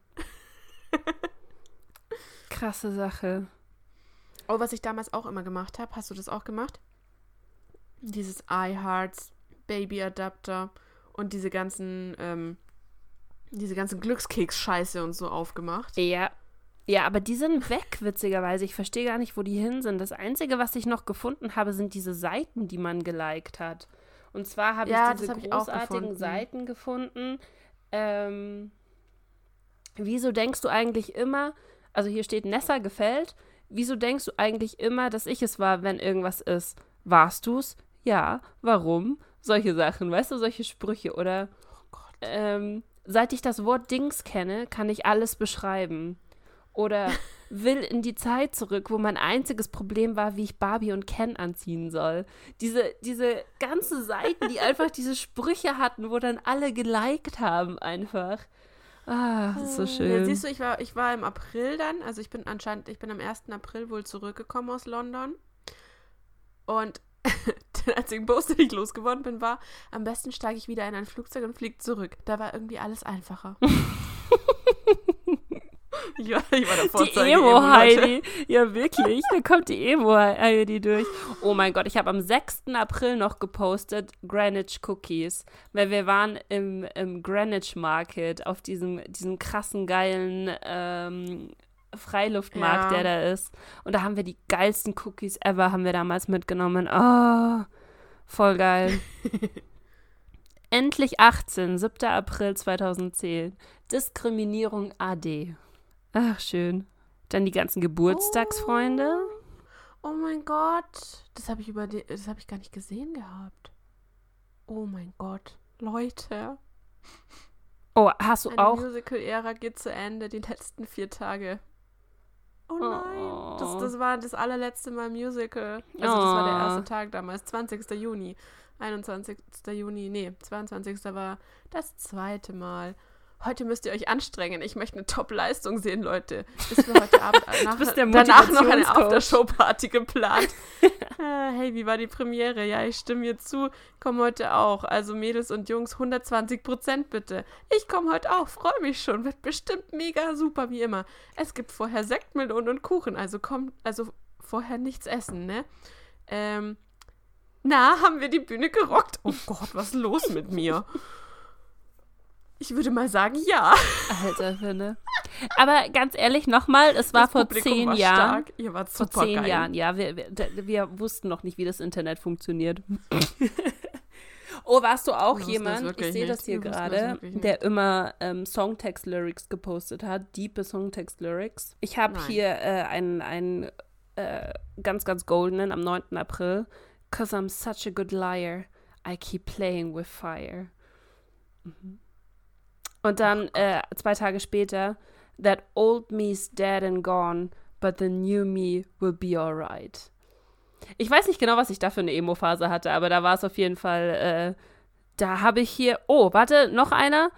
Speaker 1: Krasse Sache.
Speaker 2: Oh, was ich damals auch immer gemacht habe, hast du das auch gemacht? Dieses iHearts, Baby Adapter und diese ganzen Glückskeks-Scheiße und so aufgemacht.
Speaker 1: Ja, aber die sind weg, witzigerweise. Ich verstehe gar nicht, wo die hin sind. Das Einzige, was ich noch gefunden habe, sind diese Seiten, die man geliked hat. Und zwar habe ich diese großartigen Seiten gefunden. Wieso denkst du eigentlich immer, also hier steht Nessa gefällt, wieso denkst du eigentlich immer, dass ich es war, wenn irgendwas ist? Warst du's? Ja. Warum? Solche Sachen, weißt du, solche Sprüche. Oder seit ich das Wort Dings kenne, kann ich alles beschreiben. Oder will in die Zeit zurück, wo mein einziges Problem war, wie ich Barbie und Ken anziehen soll. Diese ganzen Seiten, die einfach diese Sprüche hatten, wo dann alle geliked haben einfach. Das ist so schön.
Speaker 2: Ja, siehst du, ich war im April dann, also ich bin am 1. April wohl zurückgekommen aus London. Und den einzigen Post, den ich losgeworden bin, war, am besten steige ich wieder in ein Flugzeug und fliege zurück. Da war irgendwie alles einfacher. Ich war der Vorzeige
Speaker 1: die Emo-Heidi. Ja, wirklich. Da kommt die Emo-Heidi durch. Oh mein Gott, ich habe am 6. April noch gepostet Greenwich Cookies. Weil wir waren im Greenwich Market auf diesem krassen, geilen Freiluftmarkt, der da ist. Und da haben wir die geilsten Cookies ever, haben wir damals mitgenommen. Oh, voll geil. Endlich 18, 7. April 2010. Diskriminierung AD. Ach, schön. Dann die ganzen Geburtstagsfreunde.
Speaker 2: Oh mein Gott. Das habe ich gar nicht gesehen gehabt. Oh mein Gott. Leute.
Speaker 1: Oh, hast du auch?
Speaker 2: Die Musical-Ära geht zu Ende, die letzten 4 Tage. Oh nein. Das war das allerletzte Mal Musical. Also das war der erste Tag damals. 20. Juni. 21. Juni. Nee, 22. war das zweite Mal. Heute müsst ihr euch anstrengen. Ich möchte eine Top-Leistung sehen, Leute. Ist für heute Abend danach noch eine Aftershow-Party geplant. Hey, wie war die Premiere? Ja, ich stimme mir zu. Komm heute auch. Also Mädels und Jungs, 120% bitte. Ich komme heute auch. Freue mich schon. Wird bestimmt mega super, wie immer. Es gibt vorher Sekt, Melonen und Kuchen. Also vorher nichts essen, ne? Haben wir die Bühne gerockt? Oh Gott, was ist los mit mir? Ich würde mal sagen, ja.
Speaker 1: Alter, Finne. Aber ganz ehrlich, nochmal, es war vor 10 Jahren.
Speaker 2: Stark. Ihr wart
Speaker 1: vor
Speaker 2: super
Speaker 1: 10
Speaker 2: geil.
Speaker 1: Jahren, ja. Wir wussten noch nicht, wie das Internet funktioniert. Oh, warst du auch jemand, ich sehe das hier gerade, der immer Songtext-Lyrics gepostet hat, diepe Songtext-Lyrics. Ich habe hier einen ganz, ganz goldenen am 9. April. 'Cause I'm such a good liar, I keep playing with fire. Und dann 2 Tage später, that old me's dead and gone, but the new me will be alright. Ich weiß nicht genau, was ich da für eine Emo-Phase hatte, aber da war es auf jeden Fall, da habe ich hier, noch einer.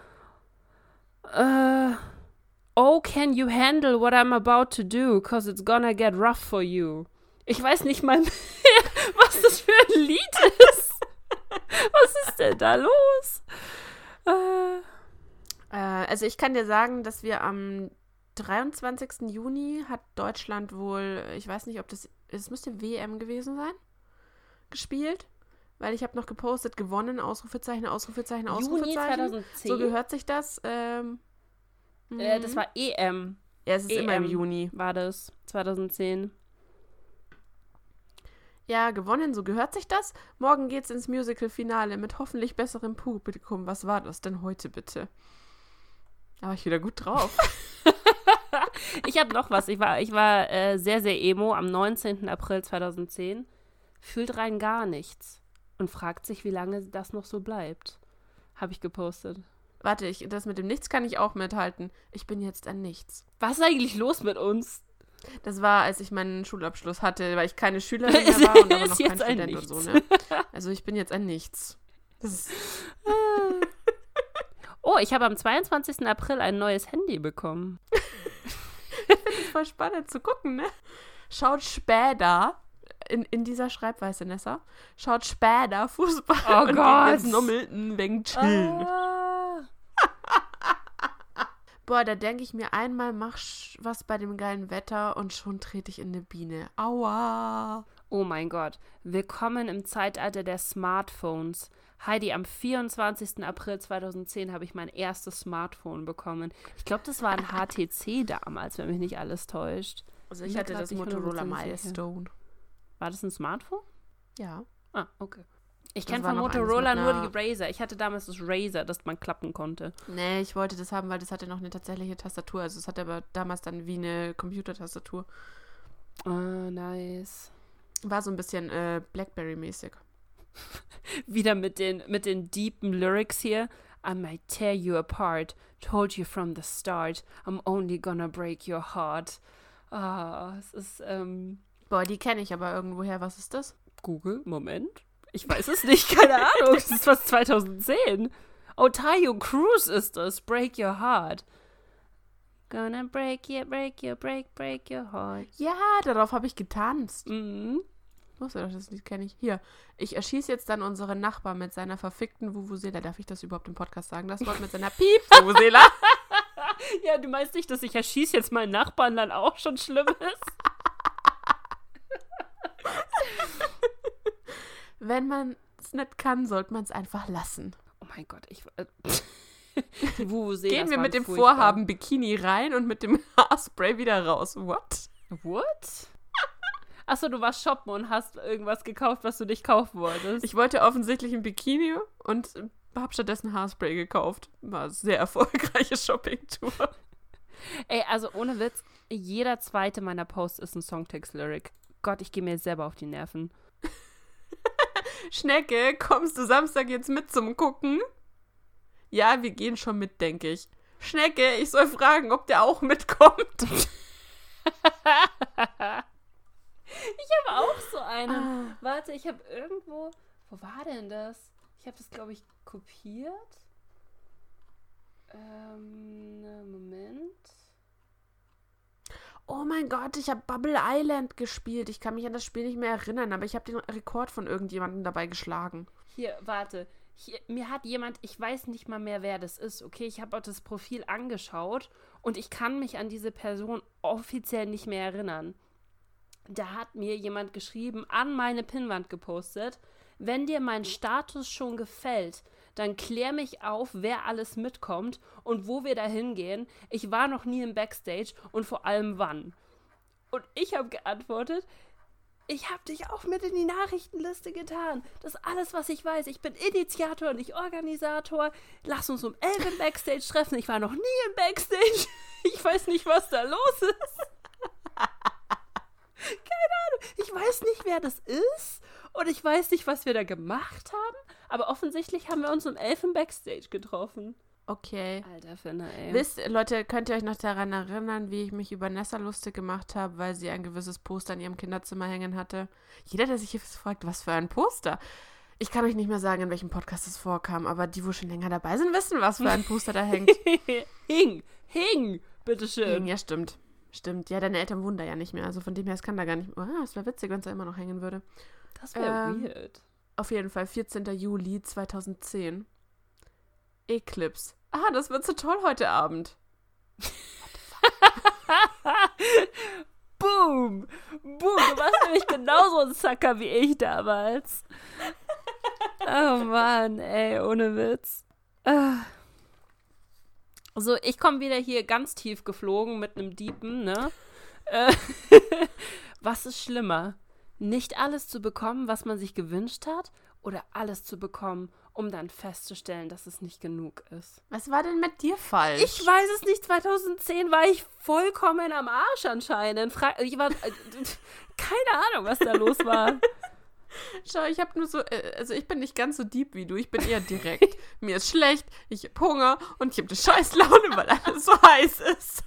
Speaker 1: Oh, can you handle what I'm about to do, 'cause it's gonna get rough for you. Ich weiß nicht mal mehr, was das für ein Lied ist. Was ist denn da los?
Speaker 2: Also ich kann dir sagen, dass wir am 23. Juni hat Deutschland wohl, ich weiß nicht, ob es müsste WM gewesen sein, gespielt. Weil ich habe noch gepostet, gewonnen, Ausrufezeichen, Ausrufezeichen, Ausrufezeichen.
Speaker 1: Juni 2010?
Speaker 2: So gehört sich das.
Speaker 1: Das war EM.
Speaker 2: Ja, es ist immer im Juni.
Speaker 1: War das, 2010.
Speaker 2: Ja, gewonnen, so gehört sich das. Morgen geht's ins Musical-Finale mit hoffentlich besserem Publikum. Was war das denn heute, bitte? Da war ich wieder gut drauf.
Speaker 1: Ich habe noch was. Ich war sehr, sehr emo am 19. April 2010. Fühlt rein gar nichts. Und fragt sich, wie lange das noch so bleibt. Habe ich gepostet.
Speaker 2: Warte, das mit dem Nichts kann ich auch mithalten. Ich bin jetzt ein Nichts.
Speaker 1: Was ist eigentlich los mit uns?
Speaker 2: Das war, als ich meinen Schulabschluss hatte, weil ich keine Schülerin mehr war und aber noch kein Student und so, ne? Also ich bin jetzt ein Nichts.
Speaker 1: Oh, ich habe am 22. April ein neues Handy bekommen.
Speaker 2: Ich finde es voll spannend zu gucken, ne? Schaut später, in dieser Schreibweise, Nessa, schaut später Fußball und
Speaker 1: Gott.
Speaker 2: geht jetzt Nummelten wegen Chillen. Boah, da denke ich mir einmal, mach was bei dem geilen Wetter und schon trete ich in eine Biene. Aua.
Speaker 1: Oh mein Gott, willkommen im Zeitalter der Smartphones. Heidi, am 24. April 2010 habe ich mein erstes Smartphone bekommen. Ich glaube, das war ein HTC damals, wenn mich nicht alles täuscht.
Speaker 2: Also ich hatte das Motorola Milestone.
Speaker 1: War das ein Smartphone?
Speaker 2: Ja.
Speaker 1: Ah, okay. Ich kenne von Motorola nur die Razer. Ich hatte damals das Razer, das man klappen konnte.
Speaker 2: Nee, ich wollte das haben, weil das hatte noch eine tatsächliche Tastatur. Also es hatte aber damals dann wie eine Computertastatur.
Speaker 1: Ah, nice.
Speaker 2: War so ein bisschen Blackberry-mäßig.
Speaker 1: Wieder mit den deepen Lyrics hier. I might tear you apart. Told you from the start. I'm only gonna break your heart. Ah, es ist,
Speaker 2: Boah, die kenne ich aber irgendwoher. Was ist das?
Speaker 1: Google, Moment. Ich weiß es nicht, keine Ahnung. Das ist was 2010. Oh, Tayo Cruz ist das. Break your heart. Gonna break your heart.
Speaker 2: Ja, darauf habe ich getanzt.
Speaker 1: Mhm.
Speaker 2: Wusste doch, das Lied kenne ich. Hier, ich erschieße jetzt dann unseren Nachbar mit seiner verfickten Vuvuzela. Darf ich das überhaupt im Podcast sagen? Das Wort mit seiner Piep-Vuvuzela.
Speaker 1: Ja, du meinst nicht, dass ich erschieße jetzt meinen Nachbarn dann auch schon schlimm ist?
Speaker 2: Wenn man es nicht kann, sollte man es einfach lassen.
Speaker 1: Oh mein Gott, die Vuvuzela.
Speaker 2: Gehen wir mit dem Vorhaben Bikini rein und mit dem Haarspray wieder raus. What?
Speaker 1: Achso, du warst shoppen und hast irgendwas gekauft, was du nicht kaufen wolltest.
Speaker 2: Ich wollte offensichtlich ein Bikini und habe stattdessen Haarspray gekauft. War eine sehr erfolgreiche Shopping-Tour.
Speaker 1: Ey, also ohne Witz, jeder zweite meiner Posts ist ein Songtext-Lyric. Gott, ich gehe mir selber auf die Nerven.
Speaker 2: Schnecke, kommst du Samstag jetzt mit zum Gucken? Ja, wir gehen schon mit, denke ich. Schnecke, ich soll fragen, ob der auch mitkommt.
Speaker 1: Ich habe auch so einen. Warte, ich habe irgendwo... Wo war denn das? Ich habe das, glaube ich, kopiert. Moment.
Speaker 2: Oh mein Gott, ich habe Bubble Island gespielt. Ich kann mich an das Spiel nicht mehr erinnern, aber ich habe den Rekord von irgendjemandem dabei geschlagen.
Speaker 1: Hier, warte. Mir hat jemand, ich weiß nicht mal mehr, wer das ist, okay? Ich habe auch das Profil angeschaut und ich kann mich an diese Person offiziell nicht mehr erinnern. Da hat mir jemand geschrieben, an meine Pinnwand gepostet, wenn dir mein Status schon gefällt, dann klär mich auf, wer alles mitkommt und wo wir da hingehen. Ich war noch nie im Backstage und vor allem wann. Und ich habe geantwortet, ich habe dich auch mit in die Nachrichtenliste getan. Das ist alles, was ich weiß. Ich bin Initiator, nicht Organisator. Lass uns um 11 im Backstage treffen. Ich war noch nie im Backstage. Ich weiß nicht, was da los ist. Keine Ahnung. Ich weiß nicht, wer das ist. Und ich weiß nicht, was wir da gemacht haben. Aber offensichtlich haben wir uns um 11 im Backstage getroffen.
Speaker 2: Okay.
Speaker 1: Alter Finne, ey.
Speaker 2: Leute, könnt ihr euch noch daran erinnern, wie ich mich über Nessa lustig gemacht habe, weil sie ein gewisses Poster in ihrem Kinderzimmer hängen hatte? Jeder, der sich jetzt fragt, was für ein Poster? Ich kann euch nicht mehr sagen, in welchem Podcast es vorkam, aber die, wo schon länger dabei sind, wissen, was für ein Poster da hängt.
Speaker 1: Hing, bitteschön.
Speaker 2: Ja, stimmt. Stimmt. Ja, deine Eltern wohnen da ja nicht mehr, also von dem her, es kann da gar nicht... es wäre witzig, wenn es da immer noch hängen würde.
Speaker 1: Das wäre weird.
Speaker 2: Auf jeden Fall, 14. Juli 2010. Eclipse. Das wird so toll heute Abend.
Speaker 1: Boom! Du warst nämlich genauso ein Sucker wie ich damals. Oh Mann, ey, ohne Witz. So, ich komme wieder hier ganz tief geflogen mit einem Diepen, ne? Was ist schlimmer? Nicht alles zu bekommen, was man sich gewünscht hat, oder alles zu bekommen, um dann festzustellen, dass es nicht genug ist?
Speaker 2: Was war denn mit dir falsch?
Speaker 1: Ich weiß es nicht. 2010 war ich vollkommen am Arsch anscheinend. Ich war keine Ahnung, was da los war.
Speaker 2: Schau, ich habe nur so, also ich bin nicht ganz so deep wie du, ich bin eher direkt. Mir ist schlecht, ich habe Hunger und ich habe eine Scheißlaune, weil alles so heiß ist.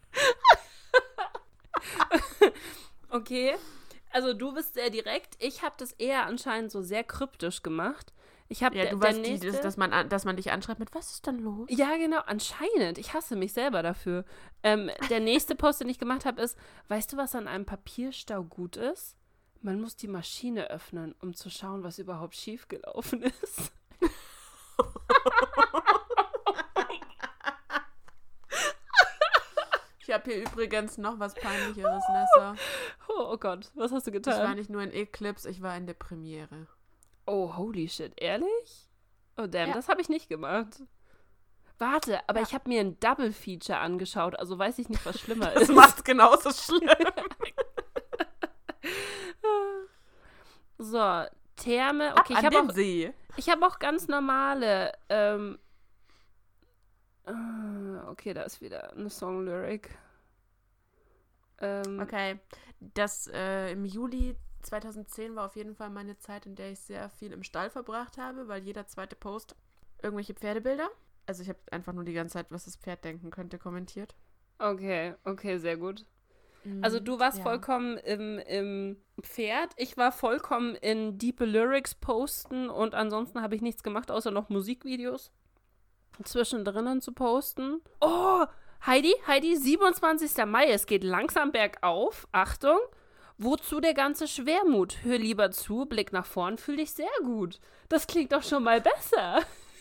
Speaker 1: Okay, also du bist sehr direkt. Ich habe das eher anscheinend so sehr kryptisch gemacht. Ich habe
Speaker 2: Ja, du weißt, dass man dich anschreibt mit, was ist denn los?
Speaker 1: Ja, genau, anscheinend. Ich hasse mich selber dafür. Der nächste Post, den ich gemacht habe, ist, weißt du, was an einem Papierstau gut ist? Man muss die Maschine öffnen, um zu schauen, was überhaupt schiefgelaufen ist.
Speaker 2: Ich habe hier übrigens noch was Peinlicheres, Nessa.
Speaker 1: Oh Gott, was hast du getan?
Speaker 2: Ich war nicht nur in Eclipse, ich war in der Premiere.
Speaker 1: Oh, holy shit, ehrlich? Oh, damn,
Speaker 2: Ja.
Speaker 1: das habe ich nicht gemacht. Warte, aber
Speaker 2: Ja.
Speaker 1: ich habe mir ein Double-Feature angeschaut, also weiß ich nicht, was schlimmer
Speaker 2: Das
Speaker 1: ist.
Speaker 2: macht's genauso schlimm.
Speaker 1: So, Therme. Okay,
Speaker 2: An den See.
Speaker 1: ich habe auch ganz normale. Okay, da ist wieder eine Song-Lyric.
Speaker 2: Okay, das im Juli 2010 war auf jeden Fall meine Zeit, in der ich sehr viel im Stall verbracht habe, weil jeder zweite Post irgendwelche Pferdebilder. Also ich habe einfach nur die ganze Zeit, was das Pferd denken könnte, kommentiert.
Speaker 1: Okay, sehr gut. Also du warst vollkommen im Pferd, ich war vollkommen in diepe Lyrics posten und ansonsten habe ich nichts gemacht, außer noch Musikvideos zwischendrin zu posten. Oh, Heidi, 27. Mai, es geht langsam bergauf, Achtung, wozu der ganze Schwermut? Hör lieber zu, Blick nach vorn, fühl dich sehr gut. Das klingt doch schon mal besser.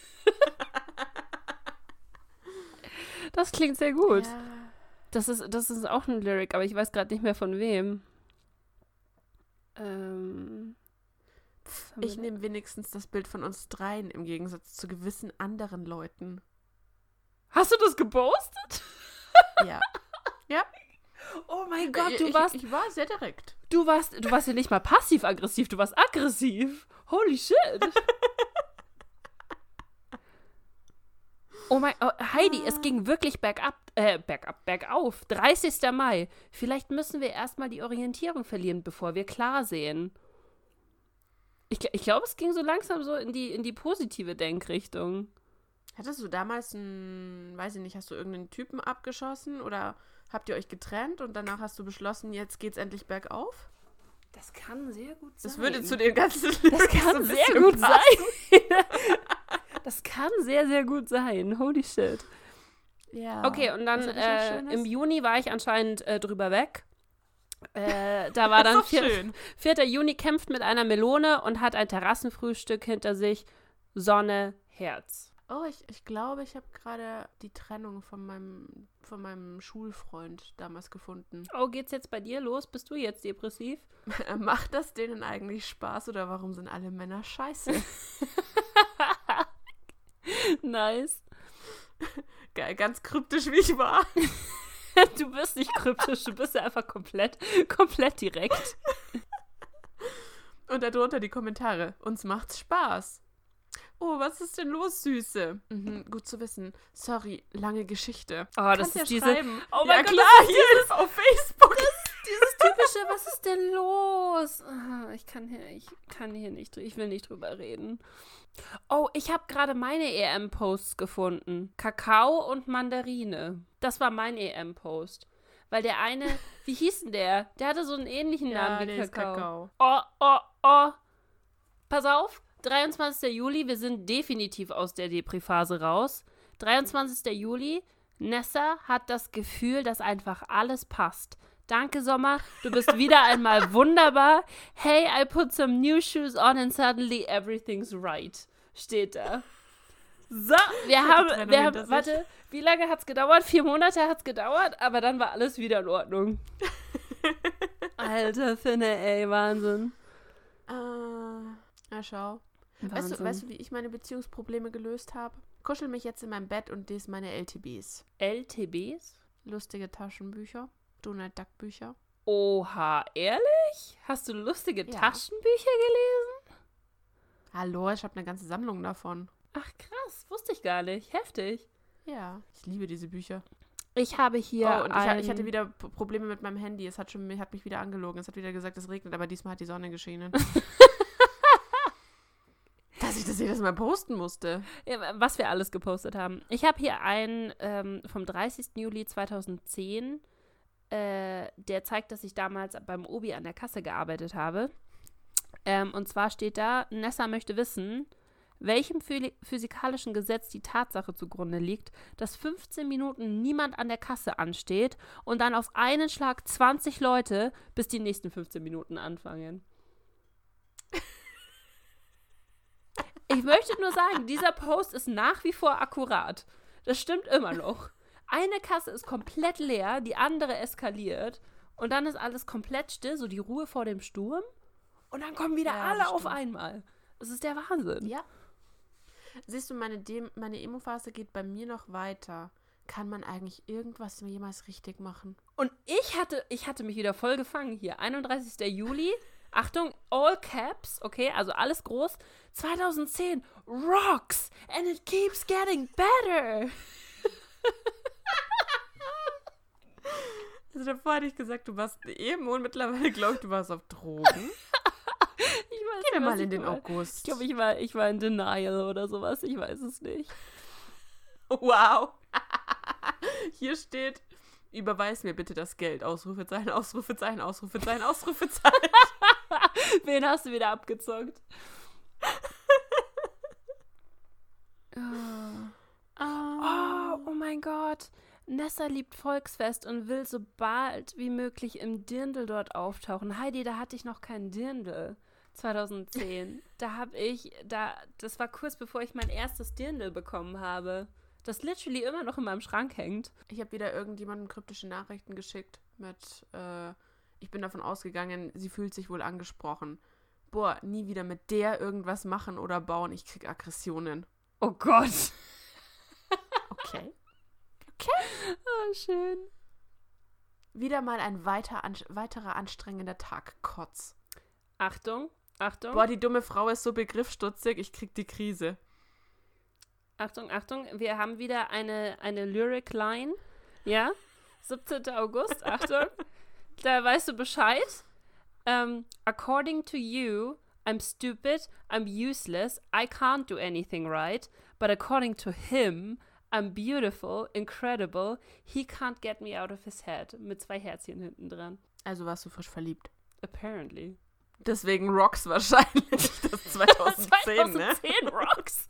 Speaker 1: Das klingt sehr gut.
Speaker 2: Ja.
Speaker 1: Das ist auch ein Lyric, aber ich weiß gerade nicht mehr von wem. Was haben wir
Speaker 2: Ich
Speaker 1: denn?
Speaker 2: nehme wenigstens das Bild von uns dreien im Gegensatz zu gewissen anderen Leuten.
Speaker 1: Hast du das gepostet?
Speaker 2: Ja. Ja.
Speaker 1: Oh mein Gott,
Speaker 2: ich war sehr direkt.
Speaker 1: du warst ja nicht mal passiv-aggressiv, du warst aggressiv. Holy shit. Heidi, es ging wirklich bergauf. 30. Mai. Vielleicht müssen wir erstmal die Orientierung verlieren, bevor wir klar sehen. Ich glaube, es ging so langsam so in die positive Denkrichtung.
Speaker 2: Hattest du damals weiß ich nicht, hast du irgendeinen Typen abgeschossen oder habt ihr euch getrennt und danach hast du beschlossen, jetzt geht's endlich bergauf?
Speaker 1: Das kann sehr gut sein.
Speaker 2: Das würde zu den ganzen
Speaker 1: Das
Speaker 2: Lyrics
Speaker 1: kann
Speaker 2: ein
Speaker 1: sehr
Speaker 2: bisschen
Speaker 1: gut
Speaker 2: passen.
Speaker 1: sein. Das kann sehr, sehr gut sein. Holy shit.
Speaker 2: Ja.
Speaker 1: Okay, und dann
Speaker 2: Was hab ich noch Schönes?
Speaker 1: im Juni war ich anscheinend drüber weg. Da war dann
Speaker 2: Das ist doch schön.
Speaker 1: 4. Juni, kämpft mit einer Melone und hat ein Terrassenfrühstück hinter sich. Sonne, Herz.
Speaker 2: Oh, ich glaube, ich habe gerade die Trennung von meinem Schulfreund damals gefunden.
Speaker 1: Oh, geht's jetzt bei dir los? Bist du jetzt depressiv?
Speaker 2: Macht das denen eigentlich Spaß oder warum sind alle Männer scheiße?
Speaker 1: Nice.
Speaker 2: Geil, ganz kryptisch, wie ich war.
Speaker 1: Du bist nicht kryptisch, du bist ja einfach komplett direkt.
Speaker 2: Und darunter die Kommentare. Uns macht's Spaß. Oh, was ist denn los, Süße? Gut zu wissen. Sorry, lange Geschichte.
Speaker 1: Oh, das
Speaker 2: Kannst
Speaker 1: ist
Speaker 2: ja
Speaker 1: diese.
Speaker 2: schreiben.
Speaker 1: Oh mein
Speaker 2: Ja,
Speaker 1: Gott,
Speaker 2: klar,
Speaker 1: das ist
Speaker 2: hier auf Facebook.
Speaker 1: dieses typische, was ist denn los? Ich kann hier nicht, ich will nicht drüber reden. Oh, ich habe gerade meine EM-Posts gefunden. Kakao und Mandarine. Das war mein EM-Post. Weil der eine, wie hieß denn der? Der hatte so einen ähnlichen Namen wie
Speaker 2: der ist
Speaker 1: Kakao.
Speaker 2: Kakao.
Speaker 1: Oh. Pass auf, 23. Juli, wir sind definitiv aus der Depri-Phase raus. 23. Juli, Nessa hat das Gefühl, dass einfach alles passt. Danke, Sommer, du bist wieder einmal wunderbar. Hey, I put some new shoes on and suddenly everything's right. Steht da. So, wir haben, warte, wie lange hat's gedauert? 4 Monate hat's gedauert, aber dann war alles wieder in Ordnung. Alter Finne, ey, Wahnsinn.
Speaker 2: Na schau.
Speaker 1: Wahnsinn.
Speaker 2: Weißt du, wie ich meine Beziehungsprobleme gelöst habe? Kuschel mich jetzt in mein Bett und lese meine LTBs.
Speaker 1: LTBs?
Speaker 2: Lustige Taschenbücher. Donald Duck Bücher.
Speaker 1: Oha, ehrlich? Hast du lustige
Speaker 2: Ja.
Speaker 1: Taschenbücher gelesen?
Speaker 2: Hallo, ich habe eine ganze Sammlung davon.
Speaker 1: Ach krass, wusste ich gar nicht. Heftig.
Speaker 2: Ja, ich liebe diese Bücher.
Speaker 1: Ich habe hier
Speaker 2: Und ich hatte wieder Probleme mit meinem Handy. Hat mich wieder angelogen. Es hat wieder gesagt, es regnet, aber diesmal hat die Sonne geschienen. dass ich das jedes Mal posten musste.
Speaker 1: Ja, was wir alles gepostet haben. Ich habe hier einen vom 30. Juli 2010, der zeigt, dass ich damals beim Obi an der Kasse gearbeitet habe. Und zwar steht da, Nessa möchte wissen, welchem physikalischen Gesetz die Tatsache zugrunde liegt, dass 15 Minuten niemand an der Kasse ansteht und dann auf einen Schlag 20 Leute bis die nächsten 15 Minuten anfangen. Ich möchte nur sagen, dieser Post ist nach wie vor akkurat. Das stimmt immer noch. Eine Kasse ist komplett leer, die andere eskaliert und dann ist alles komplett still, so die Ruhe vor dem Sturm und dann kommen wieder alle auf einmal. Das ist der Wahnsinn.
Speaker 2: Ja. Siehst du, meine Emo-Phase geht bei mir noch weiter. Kann man eigentlich irgendwas jemals richtig machen?
Speaker 1: Und ich hatte mich wieder voll gefangen hier. 31. Juli, Achtung, all caps, okay, also alles groß. 2010, rocks and it keeps getting better.
Speaker 2: Also davor hatte ich gesagt, du warst eine Emo und mittlerweile glaube ich, du warst auf Drogen. Gehen wir mal in den August.
Speaker 1: Ich glaube, ich war in Denial oder sowas. Ich weiß es nicht.
Speaker 2: Wow. Hier steht, überweis mir bitte das Geld. Ausrufezeichen, Ausrufezeichen, Ausrufezeichen, Ausrufezeichen.
Speaker 1: Wen hast du wieder abgezockt? Oh mein Gott. Nessa liebt Volksfest und will so bald wie möglich im Dirndl dort auftauchen. Heidi, da hatte ich noch keinen Dirndl. 2010. Das war kurz bevor ich mein erstes Dirndl bekommen habe. Das literally immer noch in meinem Schrank hängt.
Speaker 2: Ich habe wieder irgendjemandem kryptische Nachrichten geschickt mit, ich bin davon ausgegangen, sie fühlt sich wohl angesprochen. Boah, nie wieder mit der irgendwas machen oder bauen, ich krieg Aggressionen.
Speaker 1: Oh Gott.
Speaker 2: Okay.
Speaker 1: Oh, schön.
Speaker 2: Wieder mal ein weiterer anstrengender Tag. Kotz.
Speaker 1: Achtung.
Speaker 2: Boah, die dumme Frau ist so begriffsstutzig, ich krieg die Krise.
Speaker 1: Achtung. Wir haben wieder eine Lyric-Line. Ja? 17. August. Achtung. Da weißt du Bescheid. According to you, I'm stupid, I'm useless, I can't do anything right. But according to him, I'm beautiful, incredible, he can't get me out of his head. Mit 2 Herzchen hinten dran.
Speaker 2: Also warst du frisch verliebt.
Speaker 1: Apparently.
Speaker 2: Deswegen Rocks wahrscheinlich. Das 2010, ne?
Speaker 1: 2010 Rocks.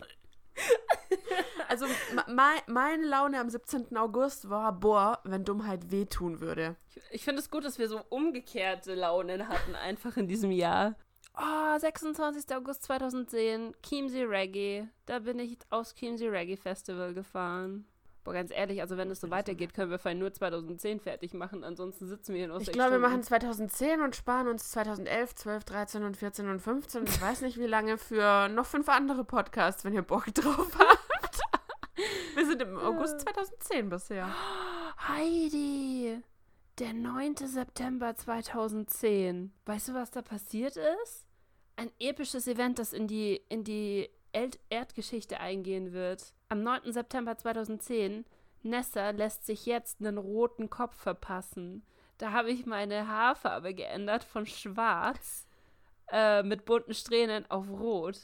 Speaker 2: Also meine Laune am 17. August war, boah, wenn Dummheit wehtun würde.
Speaker 1: Ich finde es gut, dass wir so umgekehrte Launen hatten, einfach in diesem Jahr. Oh, 26. August 2010, Chiemsee Reggae. Da bin ich aufs Chiemsee Reggae Festival gefahren. Boah, ganz ehrlich, also wenn es so weitergeht, können wir vielleicht nur 2010 fertig machen. Ansonsten sitzen wir hier noch 6
Speaker 2: Ich glaube, wir
Speaker 1: Stunden.
Speaker 2: machen 2010 und sparen uns 2011, 12, 13 und 14 und 15. Ich weiß nicht, wie lange für noch 5 andere Podcasts, wenn ihr Bock drauf habt. Wir sind im August 2010 bisher.
Speaker 1: Heidi, der 9. September 2010. Weißt du, was da passiert ist? Ein episches Event, das in die Erdgeschichte eingehen wird. Am 9. September 2010, Nessa lässt sich jetzt einen roten Kopf verpassen. Da habe ich meine Haarfarbe geändert von schwarz mit bunten Strähnen auf rot.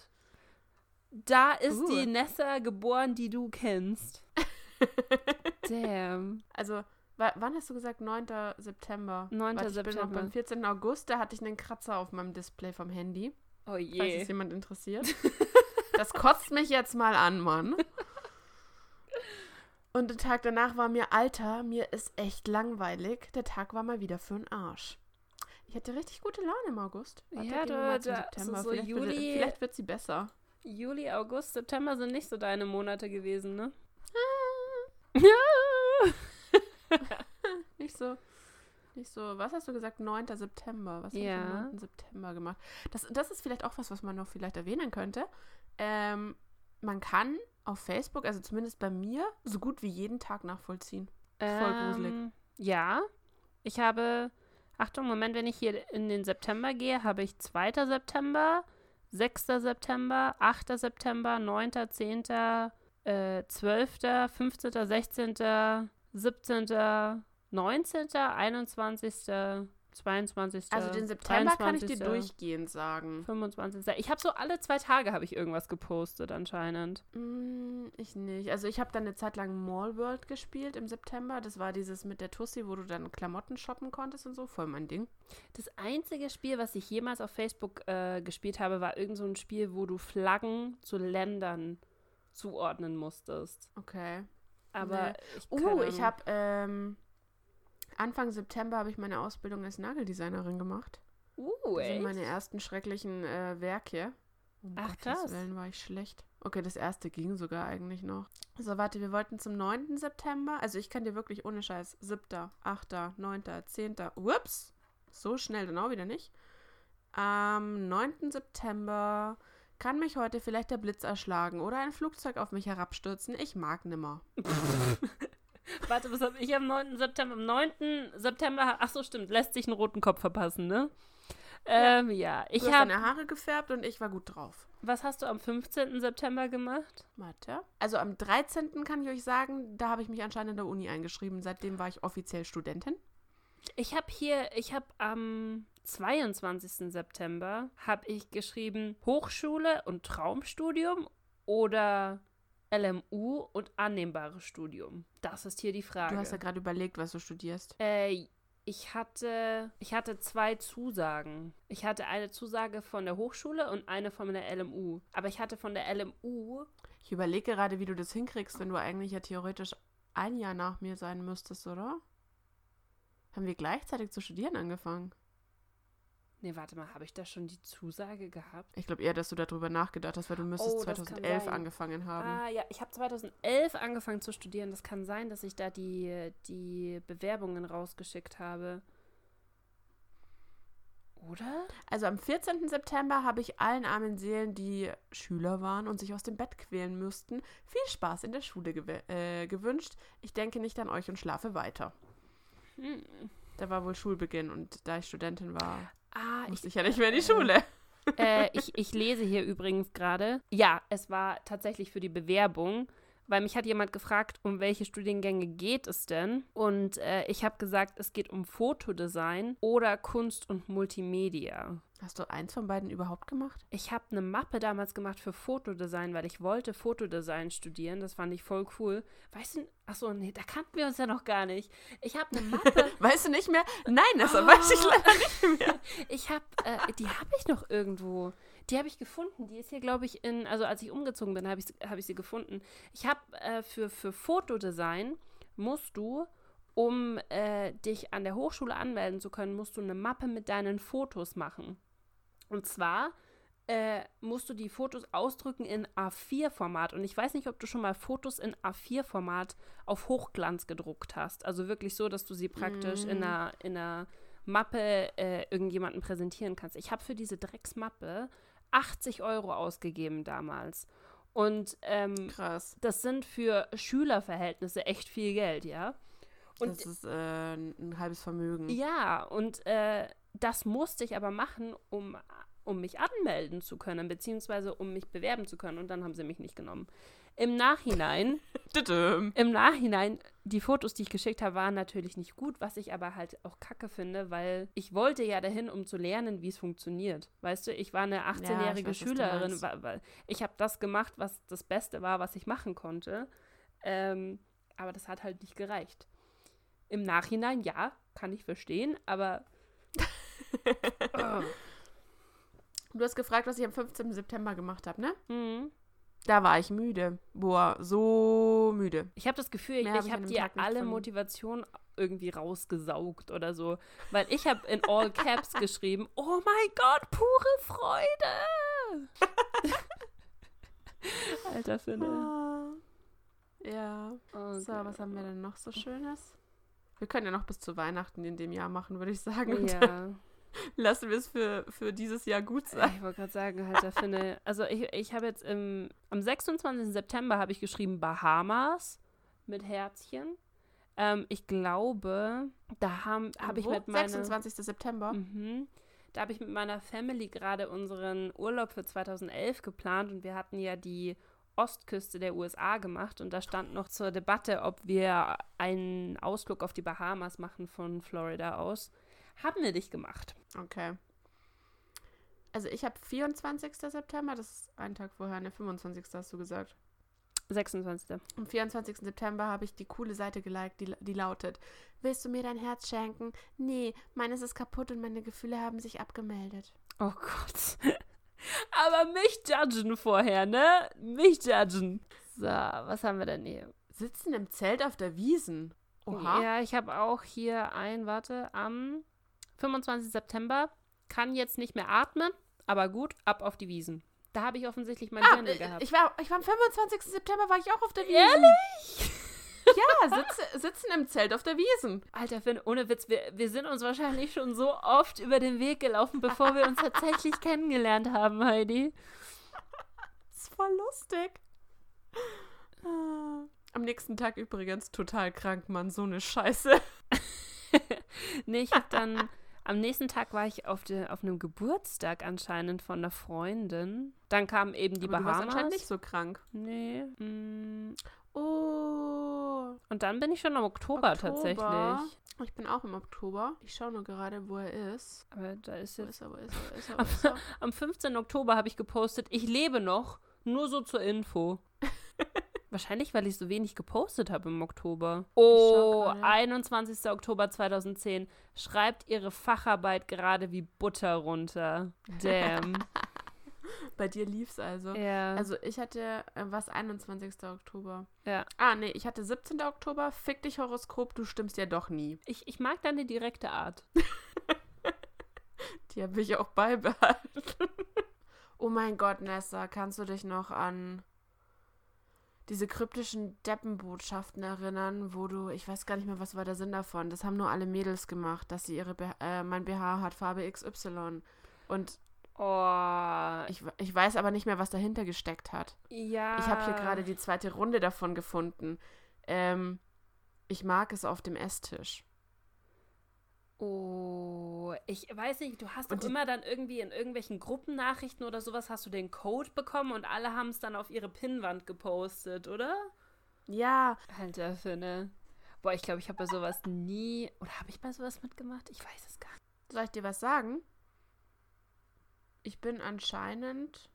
Speaker 1: Da ist die Nessa geboren, die du kennst. Damn.
Speaker 2: Also, wann hast du gesagt? 9. September.
Speaker 1: 9.
Speaker 2: Warte, ich
Speaker 1: September.
Speaker 2: bin noch beim 14. August, da hatte ich einen Kratzer auf meinem Display vom Handy.
Speaker 1: Oh je.
Speaker 2: Falls es jemand interessiert. Das kotzt mich jetzt mal an, Mann. Und der Tag danach war mir, Alter, mir ist echt langweilig. Der Tag war mal wieder für den Arsch. Ich hatte richtig gute Laune im August.
Speaker 1: Ja,
Speaker 2: September.
Speaker 1: so
Speaker 2: Vielleicht wird sie besser.
Speaker 1: Juli, August, September sind nicht so deine Monate gewesen, ne? Nicht so,
Speaker 2: was hast du gesagt? 9. September. Was habe ich am 9. September gemacht? Das ist vielleicht auch was man noch vielleicht erwähnen könnte. Man kann auf Facebook, also zumindest bei mir, so gut wie jeden Tag nachvollziehen. Voll gruselig.
Speaker 1: Ja, ich habe, Achtung, Moment, wenn ich hier in den September gehe, habe ich 2. September, 6. September, 8. September, 9., 10., 12., 15., 16., 17., 19., 21., 22.
Speaker 2: Also den September kann ich dir
Speaker 1: 23.,
Speaker 2: durchgehend sagen.
Speaker 1: 25. Ich habe so alle 2 Tage habe ich irgendwas gepostet anscheinend.
Speaker 2: Ich nicht. Also ich habe dann eine Zeit lang Mall World gespielt im September. Das war dieses mit der Tussi, wo du dann Klamotten shoppen konntest und so. Voll mein Ding.
Speaker 1: Das einzige Spiel, was ich jemals auf Facebook gespielt habe, war irgend so ein Spiel, wo du Flaggen zu Ländern zuordnen musstest.
Speaker 2: Okay.
Speaker 1: Aber
Speaker 2: Nee. Ich habe Anfang September habe ich meine Ausbildung als Nageldesignerin gemacht. Das
Speaker 1: echt?
Speaker 2: sind meine ersten schrecklichen Werke.
Speaker 1: Ach,
Speaker 2: Gottes
Speaker 1: krass.
Speaker 2: Willen war ich schlecht. Okay, das erste ging sogar eigentlich noch. So, warte, wir wollten zum 9. September. Also ich kann dir wirklich ohne Scheiß 7., 8., 9., 10. Ups, so schnell dann auch wieder nicht. Am 9. September kann mich heute vielleicht der Blitz erschlagen oder ein Flugzeug auf mich herabstürzen. Ich mag nimmer.
Speaker 1: Warte, was habe ich am 9. September? Am 9. September, ach so, stimmt, lässt sich einen roten Kopf verpassen, ne? Ja.
Speaker 2: Du hast deine Haare gefärbt und ich war gut drauf.
Speaker 1: Was hast du am 15. September gemacht?
Speaker 2: Warte. Also am 13. kann ich euch sagen, da habe ich mich anscheinend in der Uni eingeschrieben. Seitdem war ich offiziell Studentin.
Speaker 1: Ich habe am 22. September habe ich geschrieben Hochschule und Traumstudium oder LMU und annehmbares Studium. Das ist hier die Frage.
Speaker 2: Du hast ja gerade überlegt, was du studierst.
Speaker 1: Ich hatte 2 Zusagen. Ich hatte eine Zusage von der Hochschule und eine von der LMU. Aber ich hatte von der LMU...
Speaker 2: Ich überlege gerade, wie du das hinkriegst, wenn du eigentlich ja theoretisch ein Jahr nach mir sein müsstest, oder? Haben wir gleichzeitig zu studieren angefangen?
Speaker 1: Nee, warte mal, habe ich da schon die Zusage gehabt?
Speaker 2: Ich glaube eher, dass du darüber nachgedacht hast, weil du müsstest
Speaker 1: das kann
Speaker 2: 2011
Speaker 1: sein.
Speaker 2: angefangen haben.
Speaker 1: Ah ja, ich habe 2011 angefangen zu studieren. Das kann sein, dass ich da die Bewerbungen rausgeschickt habe. Oder?
Speaker 2: Also am 14. September habe ich allen armen Seelen, die Schüler waren und sich aus dem Bett quälen müssten, viel Spaß in der Schule gewünscht. Ich denke nicht an euch und schlafe weiter. Da war wohl Schulbeginn und da ich Studentin war, musste ich ja nicht mehr in die Schule.
Speaker 1: Ich lese hier übrigens gerade. Ja, es war tatsächlich für die Bewerbung, weil mich hat jemand gefragt, um welche Studiengänge geht es denn? Und ich habe gesagt, es geht um Fotodesign oder Kunst und Multimedia.
Speaker 2: Hast du eins von beiden überhaupt gemacht?
Speaker 1: Ich habe eine Mappe damals gemacht für Fotodesign, weil ich wollte Fotodesign studieren. Das fand ich voll cool. Weißt du, achso, nee, da kannten wir uns ja noch gar nicht. Ich habe eine Mappe.
Speaker 2: Weißt du nicht mehr? Nein, das weiß ich leider nicht mehr.
Speaker 1: Die habe ich noch irgendwo. Die habe ich gefunden. Die ist hier, glaube ich, also als ich umgezogen bin, habe ich sie gefunden. Ich habe für Fotodesign musst du, um dich an der Hochschule anmelden zu können, musst du eine Mappe mit deinen Fotos machen. Und zwar musst du die Fotos ausdrücken in A4-Format. Und ich weiß nicht, ob du schon mal Fotos in A4-Format auf Hochglanz gedruckt hast. Also wirklich so, dass du sie praktisch in einer Mappe irgendjemandem präsentieren kannst. Ich habe für diese Drecksmappe 80 € ausgegeben damals. Und
Speaker 2: krass.
Speaker 1: Das sind für Schülerverhältnisse echt viel Geld, ja. Und
Speaker 2: das ist ein halbes Vermögen.
Speaker 1: Ja, und das musste ich aber machen, um mich anmelden zu können, beziehungsweise um mich bewerben zu können. Und dann haben sie mich nicht genommen. Im Nachhinein, die Fotos, die ich geschickt habe, waren natürlich nicht gut, was ich aber halt auch kacke finde, weil ich wollte ja dahin, um zu lernen, wie es funktioniert. Weißt du, ich war eine 18-jährige Schülerin, weil ich habe das gemacht, was das Beste war, was ich machen konnte. Aber das hat halt nicht gereicht. Im Nachhinein, ja, kann ich verstehen, aber
Speaker 2: Du hast gefragt, was ich am 15. September gemacht habe, ne?
Speaker 1: Mhm.
Speaker 2: Da war ich müde. Boah, so müde.
Speaker 1: Ich habe das Gefühl, ich habe dir alle Motivation irgendwie rausgesaugt oder so. Weil ich habe in All Caps geschrieben, oh mein Gott, pure Freude. Alter Finne.
Speaker 2: Ja.
Speaker 1: Okay.
Speaker 2: So, was haben wir denn noch so Schönes? Wir können ja noch bis zu Weihnachten in dem Jahr machen, würde ich sagen. Und
Speaker 1: ja.
Speaker 2: Lassen wir es für dieses Jahr gut sein.
Speaker 1: Ich wollte gerade sagen, halt, da finde also ich habe jetzt am 26. September habe ich geschrieben Bahamas mit Herzchen. Ich glaube, da habe ich mit meiner
Speaker 2: 26. September?
Speaker 1: Da habe ich mit meiner Family gerade unseren Urlaub für 2011 geplant und wir hatten ja die Ostküste der USA gemacht und da stand noch zur Debatte, ob wir einen Ausflug auf die Bahamas machen von Florida aus. haben wir nicht gemacht.
Speaker 2: Okay. Also ich habe 24. September, das ist ein Tag vorher, ne, 25. hast du gesagt.
Speaker 1: 26.
Speaker 2: Am 24. September habe ich die coole Seite geliked, die lautet: Willst du mir dein Herz schenken? Nee, meines ist kaputt und meine Gefühle haben sich abgemeldet.
Speaker 1: Oh Gott. Aber mich judgen vorher, ne? Mich judgen. So, was haben wir denn hier?
Speaker 2: Sitzen im Zelt auf der Wiesn. Oha.
Speaker 1: Ja, ich habe auch hier am 25. September, kann jetzt nicht mehr atmen, aber gut, ab auf die Wiesn. Da habe ich offensichtlich mein Dirndl gehabt.
Speaker 2: Ich war am 25. September war ich auch auf der Wiesn.
Speaker 1: Ehrlich?
Speaker 2: Ja, sitzen im Zelt auf der Wiesn.
Speaker 1: Alter, Finn, ohne Witz, wir sind uns wahrscheinlich schon so oft über den Weg gelaufen, bevor wir uns tatsächlich kennengelernt haben, Heidi.
Speaker 2: Das ist voll lustig. Am nächsten Tag übrigens total krank, Mann, so eine Scheiße.
Speaker 1: Nee, ich hab dann, am nächsten Tag war ich auf einem Geburtstag anscheinend von einer Freundin. Dann kamen eben die
Speaker 2: Aber
Speaker 1: Bahamas.
Speaker 2: Du warst anscheinend nicht so krank.
Speaker 1: Nee.
Speaker 2: Oh.
Speaker 1: Und dann bin ich schon im Oktober tatsächlich.
Speaker 2: Ich bin auch im Oktober. Ich schaue nur gerade, wo er ist.
Speaker 1: Aber da ist jetzt...
Speaker 2: Wo ist er?
Speaker 1: Am 15. Oktober habe ich gepostet, ich lebe noch, nur so zur Info. Wahrscheinlich, weil ich so wenig gepostet habe im Oktober. Oh, 21. Oktober 2010. Schreibt ihre Facharbeit gerade wie Butter runter. Damn.
Speaker 2: Bei dir lief's also.
Speaker 1: Ja.
Speaker 2: Also ich hatte, 21. Oktober?
Speaker 1: Ja.
Speaker 2: Nee, ich hatte 17. Oktober. Fick dich, Horoskop, du stimmst ja doch nie.
Speaker 1: Ich mag deine direkte Art.
Speaker 2: Die habe ich auch beibehalten. Oh mein Gott, Nessa, kannst du dich noch an diese kryptischen Deppenbotschaften erinnern, wo ich weiß gar nicht mehr, was war der Sinn davon. Das haben nur alle Mädels gemacht, dass sie mein BH hat Farbe XY. Und ich weiß aber nicht mehr, was dahinter gesteckt hat.
Speaker 1: Ja.
Speaker 2: Ich habe hier gerade die zweite Runde davon gefunden. Ich mag es auf dem Esstisch.
Speaker 1: Oh, ich weiß nicht, du hast doch immer dann irgendwie in irgendwelchen Gruppennachrichten oder sowas hast du den Code bekommen und alle haben es dann auf ihre Pinnwand gepostet, oder?
Speaker 2: Ja.
Speaker 1: Alter, Finne. Boah, ich glaube, ich habe bei sowas nie... Oder habe ich bei sowas mitgemacht? Ich weiß es gar nicht.
Speaker 2: Soll ich dir was sagen? Ich bin anscheinend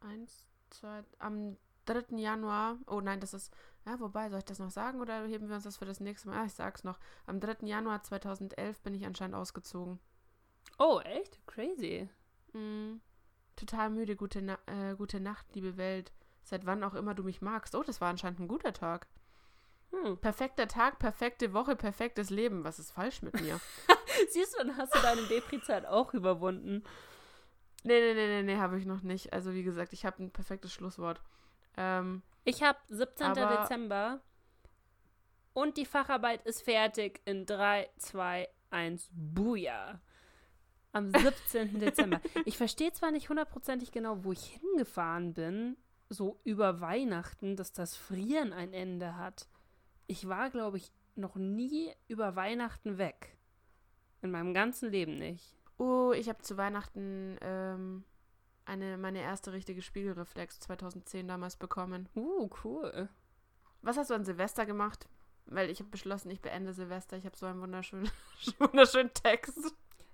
Speaker 2: am 3. Januar... Oh nein, das ist... Ja, wobei, soll ich das noch sagen oder heben wir uns das für das nächste Mal? Ich sag's noch. Am 3. Januar 2011 bin ich anscheinend ausgezogen.
Speaker 1: Oh, echt? Crazy.
Speaker 2: Total müde. Gute Nacht, liebe Welt. Seit wann auch immer du mich magst. Oh, das war anscheinend ein guter Tag. Perfekter Tag, perfekte Woche, perfektes Leben. Was ist falsch mit mir?
Speaker 1: Siehst du, dann hast du deine Depri-Zeit auch überwunden.
Speaker 2: Nee, habe ich noch nicht. Also wie gesagt, ich habe ein perfektes Schlusswort.
Speaker 1: Ich habe 17. Dezember und die Facharbeit ist fertig in 3, 2, 1, Buja. Am 17. Dezember. Ich verstehe zwar nicht hundertprozentig genau, wo ich hingefahren bin, so über Weihnachten, dass das Frieren ein Ende hat. Ich war, glaube ich, noch nie über Weihnachten weg. In meinem ganzen Leben nicht.
Speaker 2: Oh, ich habe zu Weihnachten meine erste richtige Spiegelreflex 2010 damals bekommen.
Speaker 1: Cool.
Speaker 2: Was hast du an Silvester gemacht? Weil ich habe beschlossen, ich beende Silvester. Ich habe so einen wunderschönen Text.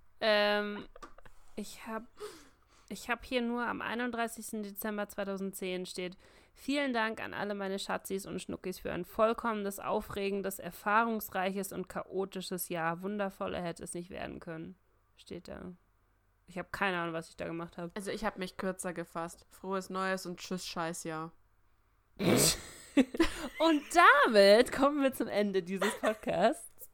Speaker 1: Ich hab hier nur am 31. Dezember 2010 steht: Vielen Dank an alle meine Schatzis und Schnuckis für ein vollkommenes, aufregendes, erfahrungsreiches und chaotisches Jahr. Wundervoller hätte es nicht werden können. Steht da. Ich habe keine Ahnung, was ich da gemacht habe.
Speaker 2: Also ich habe mich kürzer gefasst. Frohes Neues und tschüss, Scheißjahr.
Speaker 1: Und damit kommen wir zum Ende dieses Podcasts.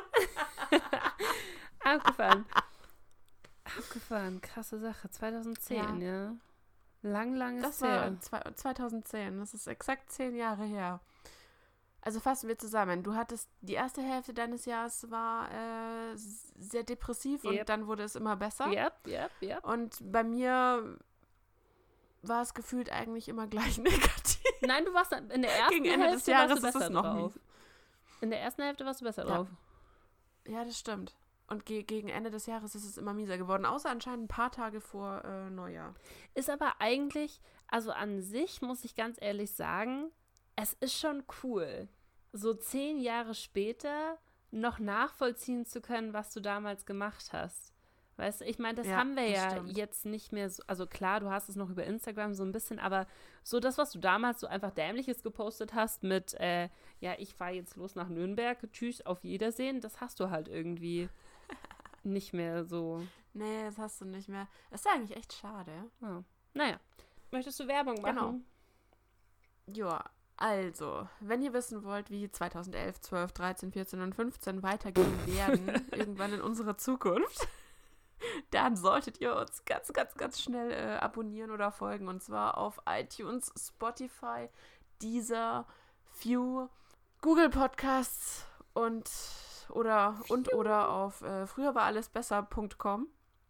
Speaker 1: Abgefahren, krasse Sache. 2010, ja. Lang ist
Speaker 2: das
Speaker 1: her.
Speaker 2: war 2010, das ist exakt 10 Jahre her. Also fassen wir zusammen. Du hattest, die erste Hälfte deines Jahres war sehr depressiv und dann wurde es immer besser.
Speaker 1: Yep.
Speaker 2: Und bei mir war es gefühlt eigentlich immer gleich negativ.
Speaker 1: Nein, du warst in der ersten
Speaker 2: Gegen Ende
Speaker 1: Hälfte
Speaker 2: des Jahres
Speaker 1: warst du besser
Speaker 2: ist es noch
Speaker 1: drauf. In der ersten Hälfte warst du besser drauf.
Speaker 2: Ja, das stimmt. Und gegen Ende des Jahres ist es immer mieser geworden, außer anscheinend ein paar Tage vor Neujahr.
Speaker 1: Ist aber eigentlich, also an sich muss ich ganz ehrlich sagen, es ist schon cool, so 10 Jahre später noch nachvollziehen zu können, was du damals gemacht hast. Weißt du, ich meine, das
Speaker 2: Ja,
Speaker 1: haben wir
Speaker 2: das
Speaker 1: ja
Speaker 2: stimmt.
Speaker 1: jetzt nicht mehr so, also klar, du hast es noch über Instagram so ein bisschen, aber so das, was du damals so einfach Dämliches gepostet hast mit, ja, ich fahre jetzt los nach Nürnberg, tschüss, auf Wiedersehen, das hast du halt irgendwie nicht mehr so.
Speaker 2: Nee, das hast du nicht mehr. Das ist eigentlich echt schade.
Speaker 1: Ja. Naja, möchtest du Werbung machen?
Speaker 2: Genau. Ja, also, wenn ihr wissen wollt, wie 2011, 12, 13, 14 und 15 weitergehen werden, irgendwann in unserer Zukunft, dann solltet ihr uns ganz, ganz, ganz schnell abonnieren oder folgen. Und zwar auf iTunes, Spotify, Deezer, View, Google Podcasts oder auf früherwarallesbesser.com.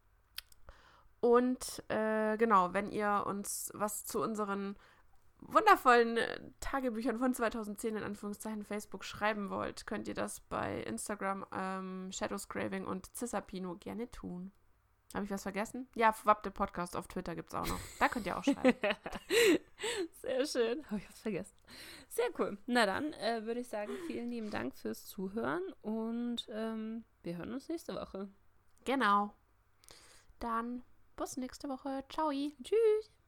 Speaker 2: Und genau, wenn ihr uns was zu unseren wundervollen Tagebüchern von 2010 in Anführungszeichen Facebook schreiben wollt, könnt ihr das bei Instagram, Shadowscraving und Cisapino gerne tun. Habe ich was vergessen? Ja, Wappte Podcast auf Twitter gibt es auch noch. Da könnt ihr auch schreiben.
Speaker 1: Sehr schön. Habe ich was vergessen. Sehr cool. Na dann würde ich sagen, vielen lieben Dank fürs Zuhören und wir hören uns nächste Woche.
Speaker 2: Genau. Dann bis nächste Woche. Ciao.
Speaker 1: Tschüss.